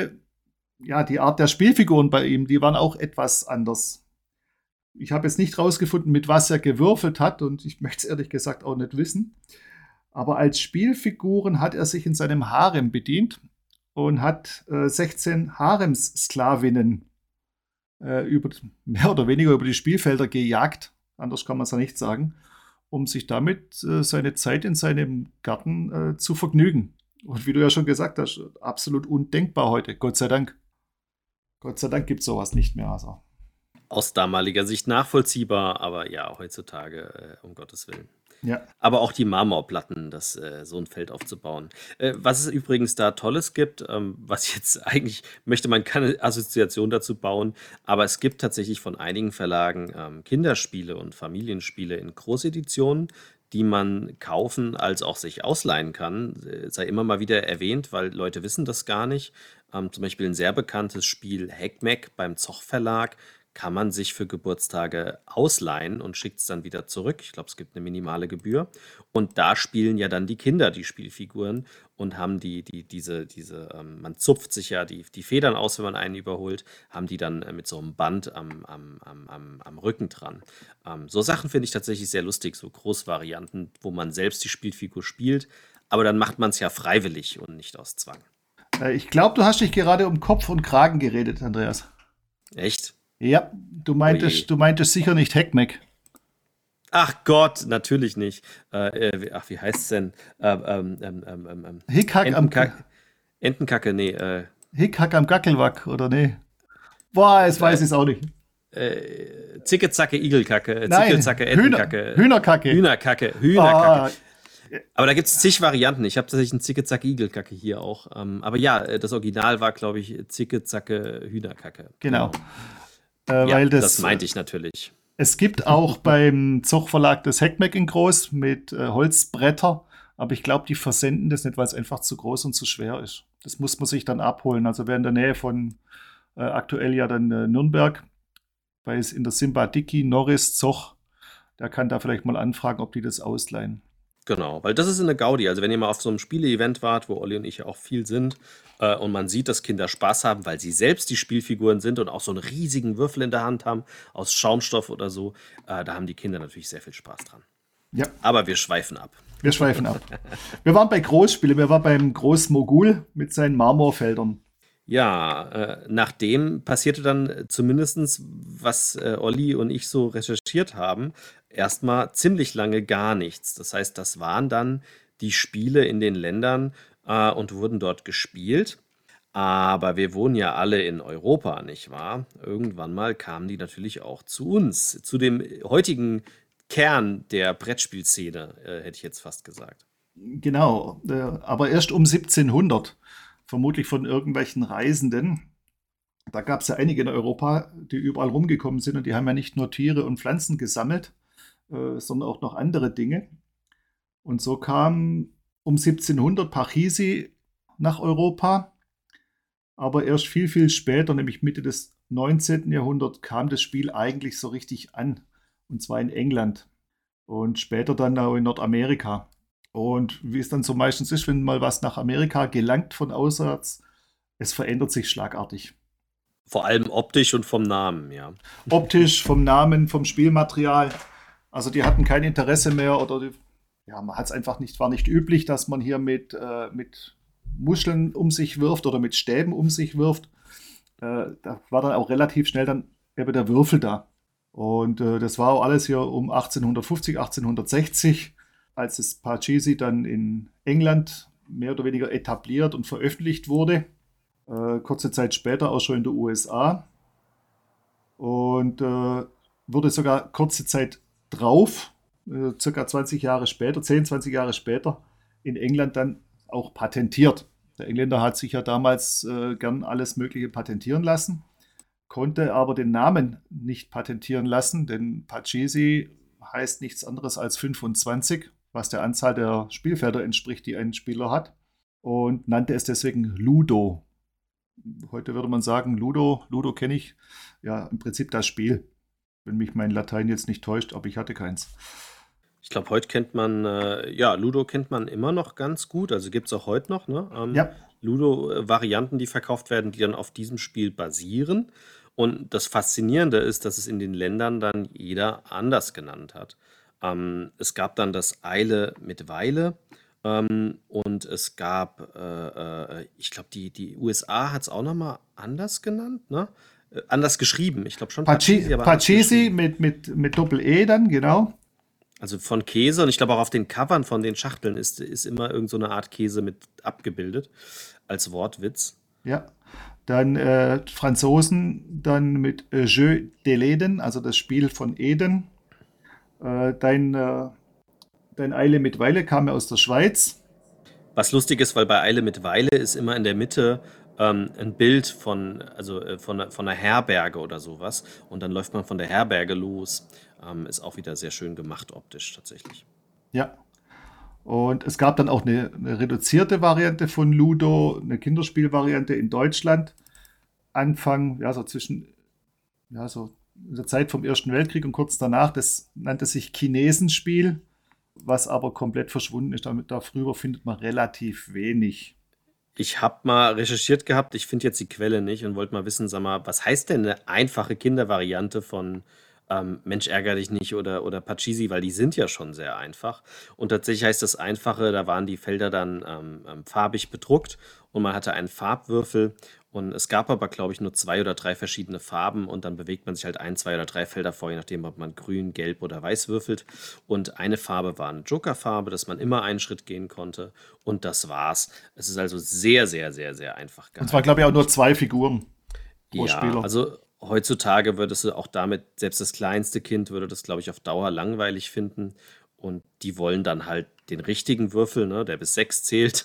S2: die Art der Spielfiguren bei ihm, die waren auch etwas anders. Ich habe jetzt nicht rausgefunden, mit was er gewürfelt hat und ich möchte es ehrlich gesagt auch nicht wissen. Aber als Spielfiguren hat er sich in seinem Harem bedient und hat 16 Haremssklavinnen mehr oder weniger über die Spielfelder gejagt, anders kann man es ja nicht sagen, um sich damit seine Zeit in seinem Garten zu vergnügen. Und wie du ja schon gesagt hast, absolut undenkbar heute, Gott sei Dank. Gott sei Dank gibt es sowas nicht mehr. Also.
S3: Aus damaliger Sicht nachvollziehbar, aber ja, heutzutage, um Gottes Willen.
S2: Ja.
S3: Aber auch die Marmorplatten, so ein Feld aufzubauen. Was es übrigens da Tolles gibt, was jetzt eigentlich, möchte man keine Assoziation dazu bauen, aber es gibt tatsächlich von einigen Verlagen Kinderspiele und Familienspiele in Großeditionen, die man kaufen als auch sich ausleihen kann. Sei immer mal wieder erwähnt, weil Leute wissen das gar nicht. Zum Beispiel ein sehr bekanntes Spiel Heckmeck beim Zoch Verlag kann man sich für Geburtstage ausleihen und schickt es dann wieder zurück. Ich glaube, es gibt eine minimale Gebühr. Und da spielen ja dann die Kinder die Spielfiguren und haben man zupft sich ja die Federn aus, wenn man einen überholt, haben die dann mit so einem Band am Rücken dran. So Sachen finde ich tatsächlich sehr lustig, so Großvarianten, wo man selbst die Spielfigur spielt, aber dann macht man es ja freiwillig und nicht aus Zwang.
S2: Ich glaube, du hast dich gerade um Kopf und Kragen geredet, Andreas.
S3: Echt?
S2: Ja, du meintest sicher nicht Heckmeck.
S3: Ach Gott, natürlich nicht. Wie heißt es denn?
S2: Hickhack am
S3: Entenkacke, nee.
S2: Hickhack am Gackelwack, oder nee? Boah, jetzt weiß ich es auch nicht.
S3: Zicke, Zacke, Igelkacke,
S2: Nein,
S3: Zicke, Zacke, Entenkacke.
S2: Hühnerkacke.
S3: Hühnerkacke. Aber da gibt es zig Varianten. Ich habe tatsächlich einen Zicke, Zacke, Igelkacke hier auch. Aber ja, das Original war, glaube ich, Zicke, Zacke, Hühnerkacke.
S2: Genau.
S3: Weil das meinte ich natürlich.
S2: Es gibt auch beim Zoch Verlag das Heckmeck in groß mit Holzbretter, aber ich glaube, die versenden das nicht, weil es einfach zu groß und zu schwer ist. Das muss man sich dann abholen. Also wer in der Nähe von aktuell ja dann Nürnberg, weil es in der Simbadiki, Norris, Zoch, der kann da vielleicht mal anfragen, ob die das ausleihen.
S3: Genau, weil das ist eine Gaudi. Also wenn ihr mal auf so einem Spiele-Event wart, wo Olli und ich ja auch viel sind, und man sieht, dass Kinder Spaß haben, weil sie selbst die Spielfiguren sind und auch so einen riesigen Würfel in der Hand haben, aus Schaumstoff oder so, da haben die Kinder natürlich sehr viel Spaß dran.
S2: Ja.
S3: Aber wir schweifen ab.
S2: Wir waren bei Großspiele, wir waren beim Großmogul mit seinen Marmorfeldern.
S3: Ja, nachdem passierte dann zumindest, was Olli und ich so recherchiert haben, erstmal ziemlich lange gar nichts. Das heißt, das waren dann die Spiele in den Ländern und wurden dort gespielt. Aber wir wohnen ja alle in Europa, nicht wahr? Irgendwann mal kamen die natürlich auch zu uns, zu dem heutigen Kern der Brettspielszene, hätte ich jetzt fast gesagt.
S2: Genau, aber erst um 1700. Vermutlich von irgendwelchen Reisenden. Da gab es ja einige in Europa, die überall rumgekommen sind und die haben ja nicht nur Tiere und Pflanzen gesammelt, sondern auch noch andere Dinge. Und so kam um 1700 Pachisi nach Europa, aber erst viel, viel später, nämlich Mitte des 19. Jahrhunderts, kam das Spiel eigentlich so richtig an, und zwar in England und später dann auch in Nordamerika. Und wie es dann so meistens ist, wenn mal was nach Amerika gelangt von auswärts, es verändert sich schlagartig.
S3: Vor allem optisch und vom Namen, ja.
S2: Optisch, vom Namen, vom Spielmaterial. Also die hatten kein Interesse mehr oder man hat es einfach nicht, war nicht üblich, dass man hier mit Muscheln um sich wirft oder mit Stäben um sich wirft. Da war dann auch relativ schnell dann eben der Würfel da. Und das war auch alles hier um 1850, 1860, als das Parcheesi dann in England mehr oder weniger etabliert und veröffentlicht wurde. Kurze Zeit später auch schon in den USA. Und wurde sogar kurze Zeit drauf, circa 20 Jahre später, 10, 20 Jahre später, in England dann auch patentiert. Der Engländer hat sich ja damals gern alles Mögliche patentieren lassen, konnte aber den Namen nicht patentieren lassen, denn Parcheesi heißt nichts anderes als 25, was der Anzahl der Spielfelder entspricht, die ein Spieler hat, und nannte es deswegen Ludo. Heute würde man sagen, Ludo kenne ich, ja, im Prinzip das Spiel, wenn mich mein Latein jetzt nicht täuscht, aber ich hatte keins.
S3: Ich glaube, heute kennt man, Ludo kennt man immer noch ganz gut, also gibt es auch heute noch, ne?
S2: Ja.
S3: Ludo-Varianten, die verkauft werden, die dann auf diesem Spiel basieren. Und das Faszinierende ist, dass es in den Ländern dann jeder anders genannt hat. Es gab dann das Eile mit Weile. Und es gab, ich glaube, die USA hat es auch nochmal anders genannt, ne? Anders geschrieben. Ich glaube schon Parcheesi, aber anders
S2: Parcheesi
S3: geschrieben.
S2: mit Doppel-E dann, genau.
S3: Also von Käse, und ich glaube auch auf den Covern von den Schachteln ist immer irgend so eine Art Käse mit abgebildet, als Wortwitz.
S2: Ja. Dann Franzosen, dann mit Jeu de l'Eden, also das Spiel von Eden. Dein Eile mit Weile kam ja aus der Schweiz.
S3: Was lustig ist, weil bei Eile mit Weile ist immer in der Mitte ein Bild von einer Herberge oder sowas. Und dann läuft man von der Herberge los. Ist auch wieder sehr schön gemacht optisch tatsächlich.
S2: Ja. Und es gab dann auch eine reduzierte Variante von Ludo, eine Kinderspielvariante in Deutschland. Anfang, so in der Zeit vom Ersten Weltkrieg und kurz danach. Das nannte sich Chinesenspiel, was aber komplett verschwunden ist. Darüber findet man relativ wenig.
S3: Ich habe mal recherchiert gehabt, ich finde jetzt die Quelle nicht und wollte mal wissen, sag mal, was heißt denn eine einfache Kindervariante von Mensch, ärger dich nicht oder Parcheesi, weil die sind ja schon sehr einfach. Und tatsächlich heißt das Einfache, da waren die Felder dann farbig bedruckt und man hatte einen Farbwürfel und es gab aber, glaube ich, nur 2 oder 3 verschiedene Farben und dann bewegt man sich halt 1, 2 oder 3 Felder vor, je nachdem, ob man grün, gelb oder weiß würfelt. Und eine Farbe war eine Jokerfarbe, dass man immer einen Schritt gehen konnte und das war's. Es ist also sehr, sehr, sehr, sehr einfach gehalten.
S2: Und zwar, glaube ich, auch nur 2 Figuren pro Spieler.
S3: Also heutzutage würdest du auch damit, selbst das kleinste Kind würde das, glaube ich, auf Dauer langweilig finden. Und die wollen dann halt den richtigen Würfel, ne, der bis 6 zählt,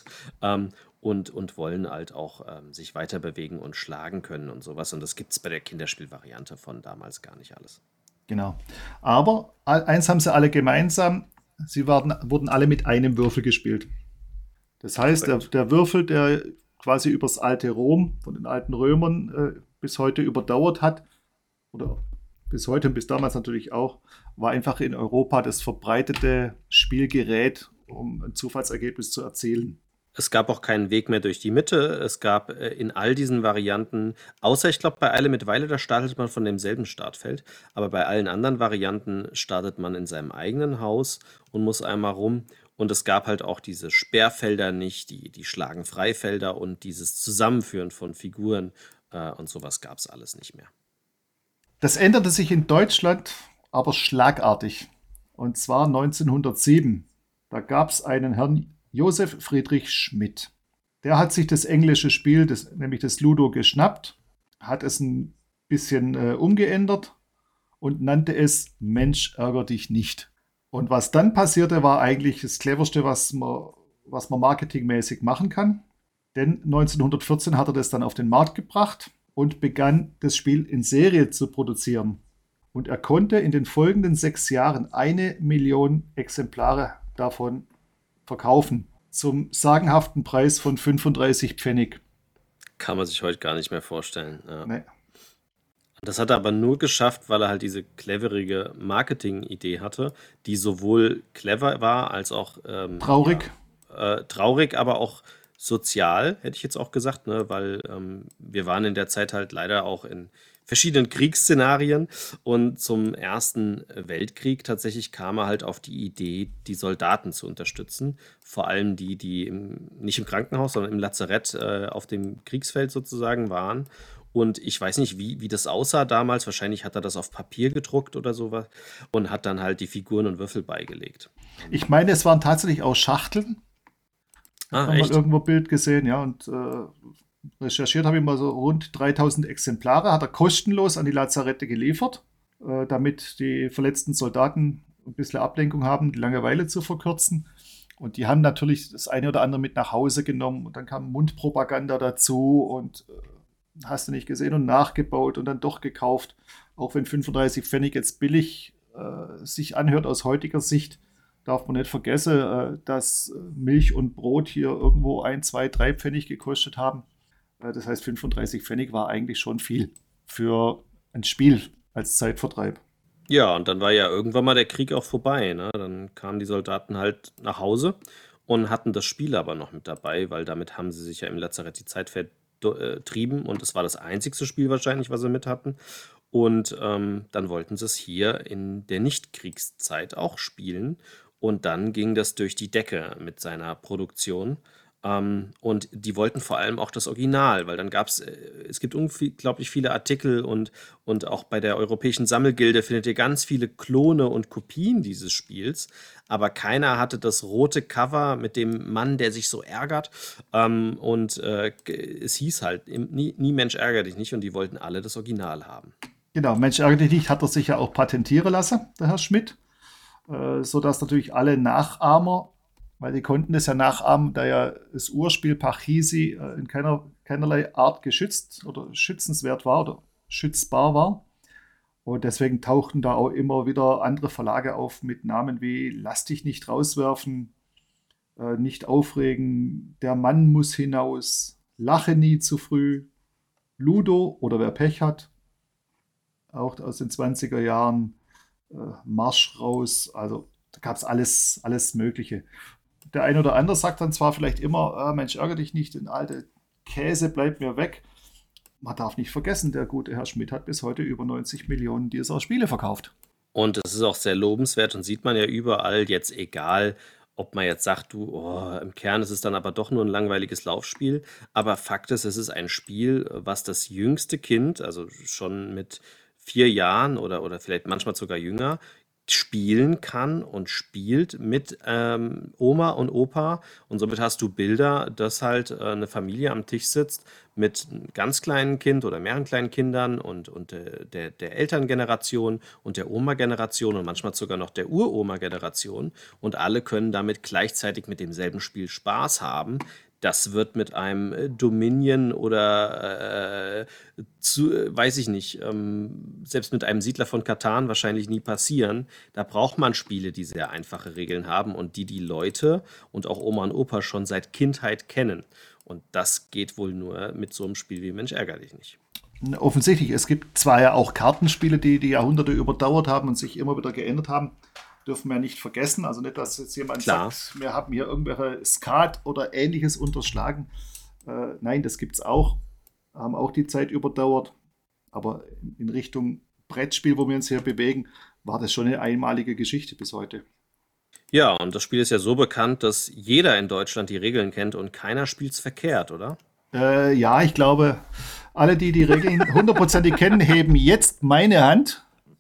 S3: und wollen halt auch sich weiter bewegen und schlagen können und sowas. Und das gibt es bei der Kinderspielvariante von damals gar nicht alles.
S2: Genau. Aber eins haben sie alle gemeinsam, sie wurden alle mit einem Würfel gespielt. Das heißt, der Würfel, der quasi übers alte Rom, von den alten Römern bis heute überdauert hat, oder bis heute und bis damals natürlich auch, war einfach in Europa das verbreitete Spielgerät, um ein Zufallsergebnis zu erzielen.
S3: Es gab auch keinen Weg mehr durch die Mitte. Es gab in all diesen Varianten, außer ich glaube bei Eile mit Weile, da startet man von demselben Startfeld, aber bei allen anderen Varianten startet man in seinem eigenen Haus und muss einmal rum. Und es gab halt auch diese Sperrfelder nicht, die Schlagen-Freifelder und dieses Zusammenführen von Figuren und sowas gab es alles nicht mehr.
S2: Das änderte sich in Deutschland aber schlagartig. Und zwar 1907. Da gab es einen Herrn Josef Friedrich Schmidt. Der hat sich das englische Spiel, nämlich das Ludo, geschnappt, hat es ein bisschen umgeändert und nannte es Mensch, ärger dich nicht. Und was dann passierte, war eigentlich das Cleverste, was man marketingmäßig machen kann. Denn 1914 hat er das dann auf den Markt gebracht und begann das Spiel in Serie zu produzieren. Und er konnte in den folgenden 6 Jahren 1 Million Exemplare davon verkaufen. Zum sagenhaften Preis von 35 Pfennig.
S3: Kann man sich heute gar nicht mehr vorstellen. Ja.
S2: Nee.
S3: Das hat er aber nur geschafft, weil er halt diese cleverige Marketing-Idee hatte, die sowohl clever war als auch
S2: Traurig.
S3: traurig, aber auch sozial, hätte ich jetzt auch gesagt, ne? Weil wir waren in der Zeit halt leider auch in verschiedenen Kriegsszenarien und zum Ersten Weltkrieg tatsächlich kam er halt auf die Idee, die Soldaten zu unterstützen, vor allem die nicht im Krankenhaus, sondern im Lazarett auf dem Kriegsfeld sozusagen waren. Und ich weiß nicht, wie das aussah damals. Wahrscheinlich hat er das auf Papier gedruckt oder sowas und hat dann halt die Figuren und Würfel beigelegt.
S2: Ich meine, es waren tatsächlich auch Schachteln.
S3: Ah,
S2: Haben mal
S3: echt?
S2: irgendwo ein Bild gesehen, ja, und recherchiert habe ich mal so rund 3000 Exemplare, hat er kostenlos an die Lazarette geliefert, damit die verletzten Soldaten ein bisschen Ablenkung haben, die Langeweile zu verkürzen. Und die haben natürlich das eine oder andere mit nach Hause genommen und dann kam Mundpropaganda dazu und hast du nicht gesehen und nachgebaut und dann doch gekauft. Auch wenn 35 Pfennig jetzt billig sich anhört aus heutiger Sicht, darf man nicht vergessen, dass Milch und Brot hier irgendwo 1, 2, 3 Pfennig gekostet haben. Das heißt, 35 Pfennig war eigentlich schon viel für ein Spiel als Zeitvertreib.
S3: Ja, und dann war ja irgendwann mal der Krieg auch vorbei, ne? Dann kamen die Soldaten halt nach Hause und hatten das Spiel aber noch mit dabei, weil damit haben sie sich ja im Lazarett die Zeit vertrieben und es war das einzigste Spiel wahrscheinlich, was sie mit hatten. Und dann wollten sie es hier in der Nichtkriegszeit auch spielen. Und dann ging das durch die Decke mit seiner Produktion. Und die wollten vor allem auch das Original, weil dann gab es gibt unglaublich viele Artikel und auch bei der Europäischen Sammelgilde findet ihr ganz viele Klone und Kopien dieses Spiels, aber keiner hatte das rote Cover mit dem Mann, der sich so ärgert. Es hieß halt, nie Mensch ärgere dich nicht und die wollten alle das Original haben.
S2: Genau, Mensch ärgere dich nicht, hat er sich ja auch patentieren lassen, der Herr Schmidt, sodass natürlich alle Nachahmer, weil die konnten das ja nachahmen, da ja das Urspiel Parcheesi in keinerlei Art geschützt oder schützenswert war oder schützbar war. Und deswegen tauchten da auch immer wieder andere Verlage auf mit Namen wie Lass dich nicht rauswerfen, nicht aufregen, Der Mann muss hinaus, Lache nie zu früh, Ludo oder wer Pech hat, auch aus den 20er Jahren, Marsch raus, also da gab es alles Mögliche. Der eine oder andere sagt dann zwar vielleicht immer, Mensch, ärgere dich nicht, den alte Käse bleibt mir weg. Man darf nicht vergessen, der gute Herr Schmidt hat bis heute über 90 Millionen dieser Spiele verkauft.
S3: Und es ist auch sehr lobenswert und sieht man ja überall, jetzt egal, ob man jetzt sagt, im Kern ist es dann aber doch nur ein langweiliges Laufspiel. Aber Fakt ist, es ist ein Spiel, was das jüngste Kind, also schon mit 4 Jahren oder vielleicht manchmal sogar jünger, spielen kann und spielt mit Oma und Opa. Und somit hast du Bilder, dass halt eine Familie am Tisch sitzt mit einem ganz kleinen Kind oder mehreren kleinen Kindern und der Elterngeneration und der Oma-Generation und manchmal sogar noch der Uroma-Generation. Und alle können damit gleichzeitig mit demselben Spiel Spaß haben. Das wird mit einem Dominion oder weiß ich nicht, selbst mit einem Siedler von Catan wahrscheinlich nie passieren. Da braucht man Spiele, die sehr einfache Regeln haben und die Leute und auch Oma und Opa schon seit Kindheit kennen. Und das geht wohl nur mit so einem Spiel wie Mensch ärgere dich nicht.
S2: Offensichtlich, es gibt zwar ja auch Kartenspiele, die Jahrhunderte überdauert haben und sich immer wieder geändert haben, dürfen wir nicht vergessen. Also nicht, dass jetzt jemand
S3: Klar.
S2: sagt, wir haben hier irgendwelche Skat oder ähnliches unterschlagen. Nein, das gibt es auch. Haben auch die Zeit überdauert. Aber in Richtung Brettspiel, wo wir uns hier bewegen, war das schon eine einmalige Geschichte bis heute.
S3: Ja, und das Spiel ist ja so bekannt, dass jeder in Deutschland die Regeln kennt und keiner spielt es verkehrt, oder?
S2: Ja, ich glaube, alle, die die Regeln hundertprozentig kennen, heben jetzt meine Hand.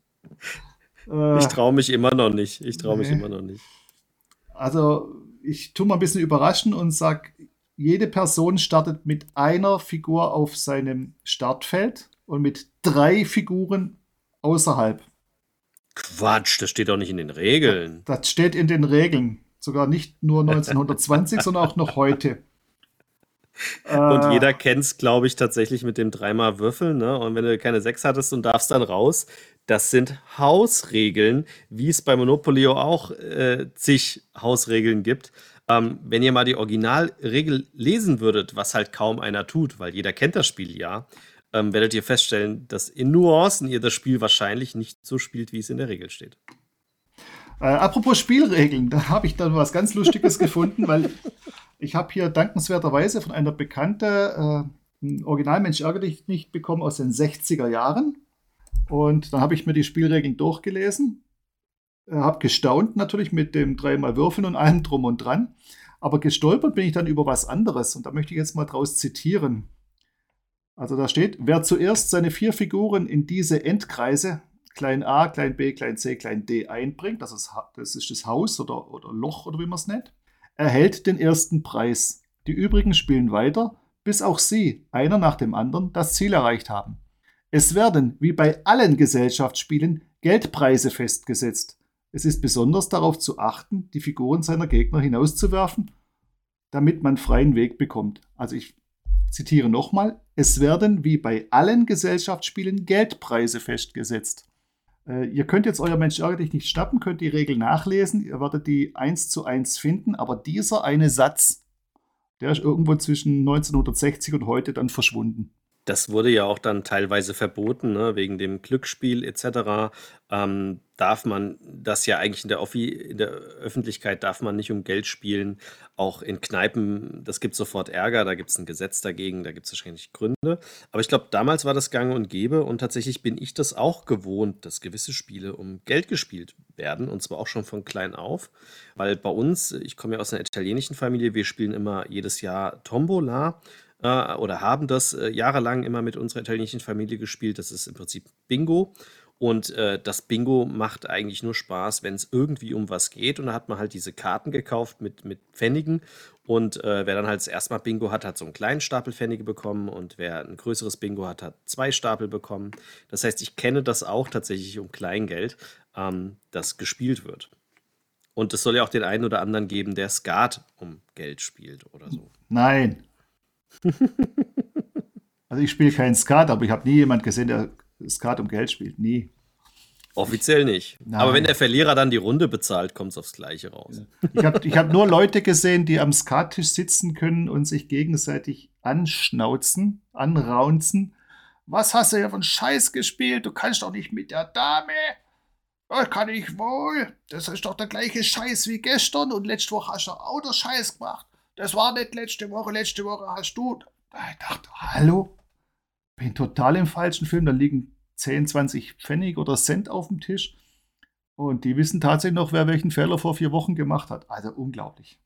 S3: Ich traue mich immer noch nicht.
S2: Nee. Also, ich tue mal ein bisschen überraschen und sage, jede Person startet mit einer Figur auf seinem Startfeld und mit 3 Figuren außerhalb.
S3: Quatsch, das steht doch nicht in den Regeln.
S2: Das steht in den Regeln. Sogar nicht nur 1920, sondern auch noch heute.
S3: Und jeder kennt es, glaube ich, tatsächlich mit dem 3-mal Würfeln. Ne? Und wenn du keine 6 hattest und darfst dann raus, das sind Hausregeln, wie es bei Monopoly auch zig Hausregeln gibt. Wenn ihr mal die Originalregel lesen würdet, was halt kaum einer tut, weil jeder kennt das Spiel ja, werdet ihr feststellen, dass in Nuancen ihr das Spiel wahrscheinlich nicht so spielt, wie es in der Regel steht.
S2: Apropos Spielregeln, da habe ich dann was ganz Lustiges gefunden, weil ich habe hier dankenswerterweise von einer Bekannte ein Original Mensch ärgere dich nicht bekommen aus den 60er Jahren. Und dann habe ich mir die Spielregeln durchgelesen. Habe gestaunt natürlich mit dem 3x Würfeln und allem drum und dran. Aber gestolpert bin ich dann über was anderes. Und da möchte ich jetzt mal draus zitieren. Also da steht, wer zuerst seine 4 Figuren in diese Endkreise, klein a, klein b, klein c, klein d einbringt, das ist das Haus oder Loch oder wie man es nennt, erhält den ersten Preis. Die übrigen spielen weiter, bis auch sie, einer nach dem anderen, das Ziel erreicht haben. Es werden, wie bei allen Gesellschaftsspielen, Geldpreise festgesetzt. Es ist besonders darauf zu achten, die Figuren seiner Gegner hinauszuwerfen, damit man freien Weg bekommt. Also ich zitiere nochmal, es werden, wie bei allen Gesellschaftsspielen, Geldpreise festgesetzt. Ihr könnt jetzt euer Mensch ärgere dich nicht schnappen, könnt die Regel nachlesen, ihr werdet die 1:1 finden, aber dieser eine Satz, der ist irgendwo zwischen 1960 und heute dann verschwunden.
S3: Das wurde ja auch dann teilweise verboten, ne, wegen dem Glücksspiel etc. Darf man das ja eigentlich in der Öffentlichkeit darf man nicht um Geld spielen. Auch in Kneipen, das gibt sofort Ärger, da gibt es ein Gesetz dagegen, da gibt es wahrscheinlich Gründe. Aber ich glaube, damals war das gang und gäbe und tatsächlich bin ich das auch gewohnt, dass gewisse Spiele um Geld gespielt werden und zwar auch schon von klein auf. Weil bei uns, ich komme ja aus einer italienischen Familie, wir spielen immer jedes Jahr Tombola. Oder haben das jahrelang immer mit unserer italienischen Familie gespielt. Das ist im Prinzip Bingo. Und das Bingo macht eigentlich nur Spaß, wenn es irgendwie um was geht. Und da hat man halt diese Karten gekauft mit Pfennigen. Und wer dann halt erstmal Bingo hat, hat so einen kleinen Stapel Pfennige bekommen. Und wer ein größeres Bingo hat, hat 2 Stapel bekommen. Das heißt, ich kenne das auch tatsächlich um Kleingeld, das gespielt wird. Und es soll ja auch den einen oder anderen geben, der Skat um Geld spielt oder so.
S2: Nein. Also ich spiele keinen Skat, aber ich habe nie jemanden gesehen, der Skat um Geld spielt. Nie.
S3: Offiziell nicht.
S2: Nein.
S3: Aber wenn der Verlierer dann die Runde bezahlt, kommt es aufs Gleiche raus.
S2: Ich hab nur Leute gesehen, die am Skattisch sitzen können und sich gegenseitig anschnauzen, anraunzen. Was hast du hier von Scheiß gespielt? Du kannst doch nicht mit der Dame. Das kann ich wohl. Das ist doch der gleiche Scheiß wie gestern und letzte Woche hast du auch der Scheiß gemacht. Das war nicht letzte Woche hast du. Ich dachte, hallo? Bin total im falschen Film. Da liegen 10, 20 Pfennig oder Cent auf dem Tisch. Und die wissen tatsächlich noch, wer welchen Fehler vor 4 Wochen gemacht hat. Also unglaublich.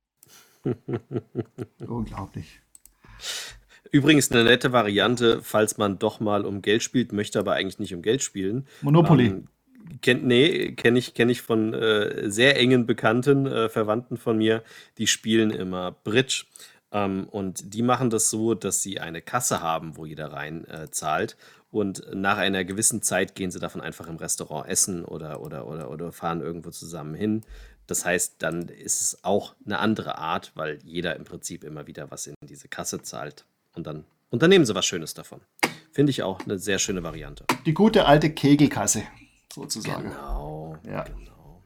S2: Unglaublich.
S3: Übrigens eine nette Variante, falls man doch mal um Geld spielt, möchte aber eigentlich nicht um Geld spielen.
S2: Monopoly.
S3: Kenne ich von sehr engen Bekannten, Verwandten von mir, die spielen immer Bridge. Und die machen das so, dass sie eine Kasse haben, wo jeder rein zahlt. Und nach einer gewissen Zeit gehen sie davon einfach im Restaurant essen oder fahren irgendwo zusammen hin. Das heißt, dann ist es auch eine andere Art, weil jeder im Prinzip immer wieder was in diese Kasse zahlt. Und dann unternehmen sie was Schönes davon. Finde ich auch eine sehr schöne Variante.
S2: Die gute alte Kegelkasse, sozusagen.
S3: Genau,
S2: Ja.
S3: genau.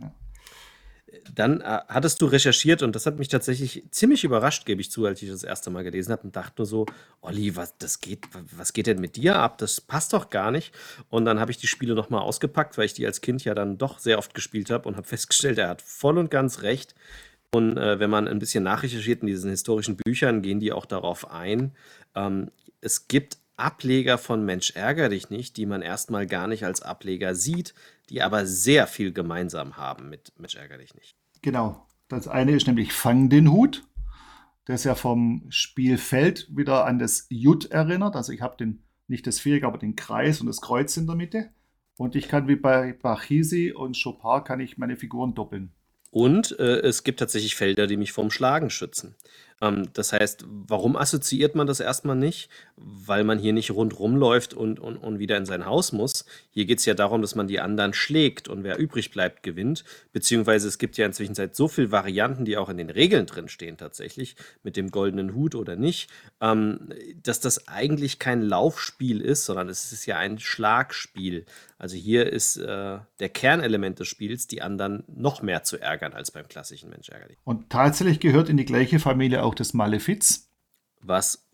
S3: Dann hattest du recherchiert und das hat mich tatsächlich ziemlich überrascht, gebe ich zu, als ich das erste Mal gelesen habe und dachte nur so, Olli, was geht denn mit dir ab? Das passt doch gar nicht. Und dann habe ich die Spiele nochmal ausgepackt, weil ich die als Kind ja dann doch sehr oft gespielt habe und habe festgestellt, er hat voll und ganz recht. Und wenn man ein bisschen nachrecherchiert in diesen historischen Büchern, gehen die auch darauf ein. Es gibt Ableger von Mensch ärger dich nicht, die man erstmal gar nicht als Ableger sieht, die aber sehr viel gemeinsam haben mit Mensch ärger dich nicht.
S2: Genau. Das eine ist nämlich Fang den Hut. Das ja vom Spielfeld wieder an das Jut erinnert. Also ich habe nicht das Viereck, aber den Kreis und das Kreuz in der Mitte. Und ich kann wie bei Bachisi und Chopin kann ich meine Figuren doppeln.
S3: Und es gibt tatsächlich Felder, die mich vorm Schlagen schützen. Das heißt, warum assoziiert man das erstmal nicht? Weil man hier nicht rundrum läuft und wieder in sein Haus muss. Hier geht es ja darum, dass man die anderen schlägt und wer übrig bleibt, gewinnt. Beziehungsweise es gibt ja inzwischen so viele Varianten, die auch in den Regeln drin stehen tatsächlich, mit dem goldenen Hut oder nicht, dass das eigentlich kein Laufspiel ist, sondern es ist ja ein Schlagspiel. Also hier ist der Kernelement des Spiels, die anderen noch mehr zu ärgern als beim klassischen Mensch ärger dich.
S2: Und tatsächlich gehört in die gleiche Familie auch das Malefiz.
S3: Was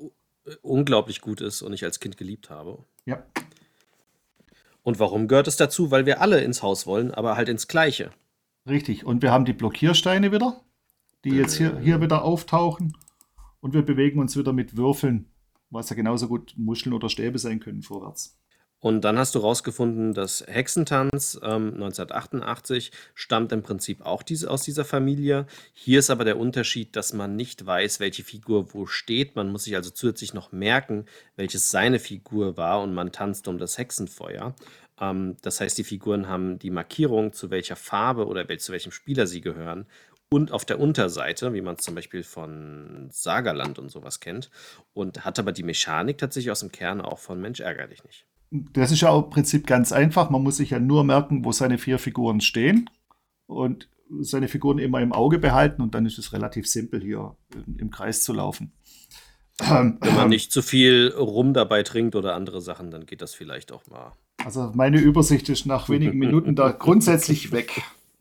S3: unglaublich gut ist und ich als Kind geliebt habe.
S2: Ja,
S3: Und warum gehört es dazu? Weil wir alle ins Haus wollen, aber halt ins Gleiche.
S2: richtig. Und wir haben die Blockiersteine wieder, die jetzt hier wieder auftauchen. Und wir bewegen uns wieder mit Würfeln, was ja genauso gut Muscheln oder Stäbe sein können, vorwärts.
S3: Und dann hast du rausgefunden, dass Hexentanz 1988 stammt im Prinzip auch aus dieser Familie. Hier ist aber der Unterschied, dass man nicht weiß, welche Figur wo steht. Man muss sich also zusätzlich noch merken, welches seine Figur war und man tanzt um das Hexenfeuer. Das heißt, die Figuren haben die Markierung, zu welcher Farbe oder zu welchem Spieler sie gehören. Und auf der Unterseite, wie man es zum Beispiel von Sagerland und sowas kennt. Und hat aber die Mechanik tatsächlich aus dem Kern auch von Mensch ärger dich nicht.
S2: Das ist ja auch im Prinzip ganz einfach. Man muss sich ja nur merken, wo seine 4 Figuren stehen und seine Figuren immer im Auge behalten und dann ist es relativ simpel, hier im Kreis zu laufen.
S3: Wenn man nicht zu viel Rum dabei trinkt oder andere Sachen, dann geht das vielleicht auch mal.
S2: Also meine Übersicht ist nach wenigen Minuten da grundsätzlich weg.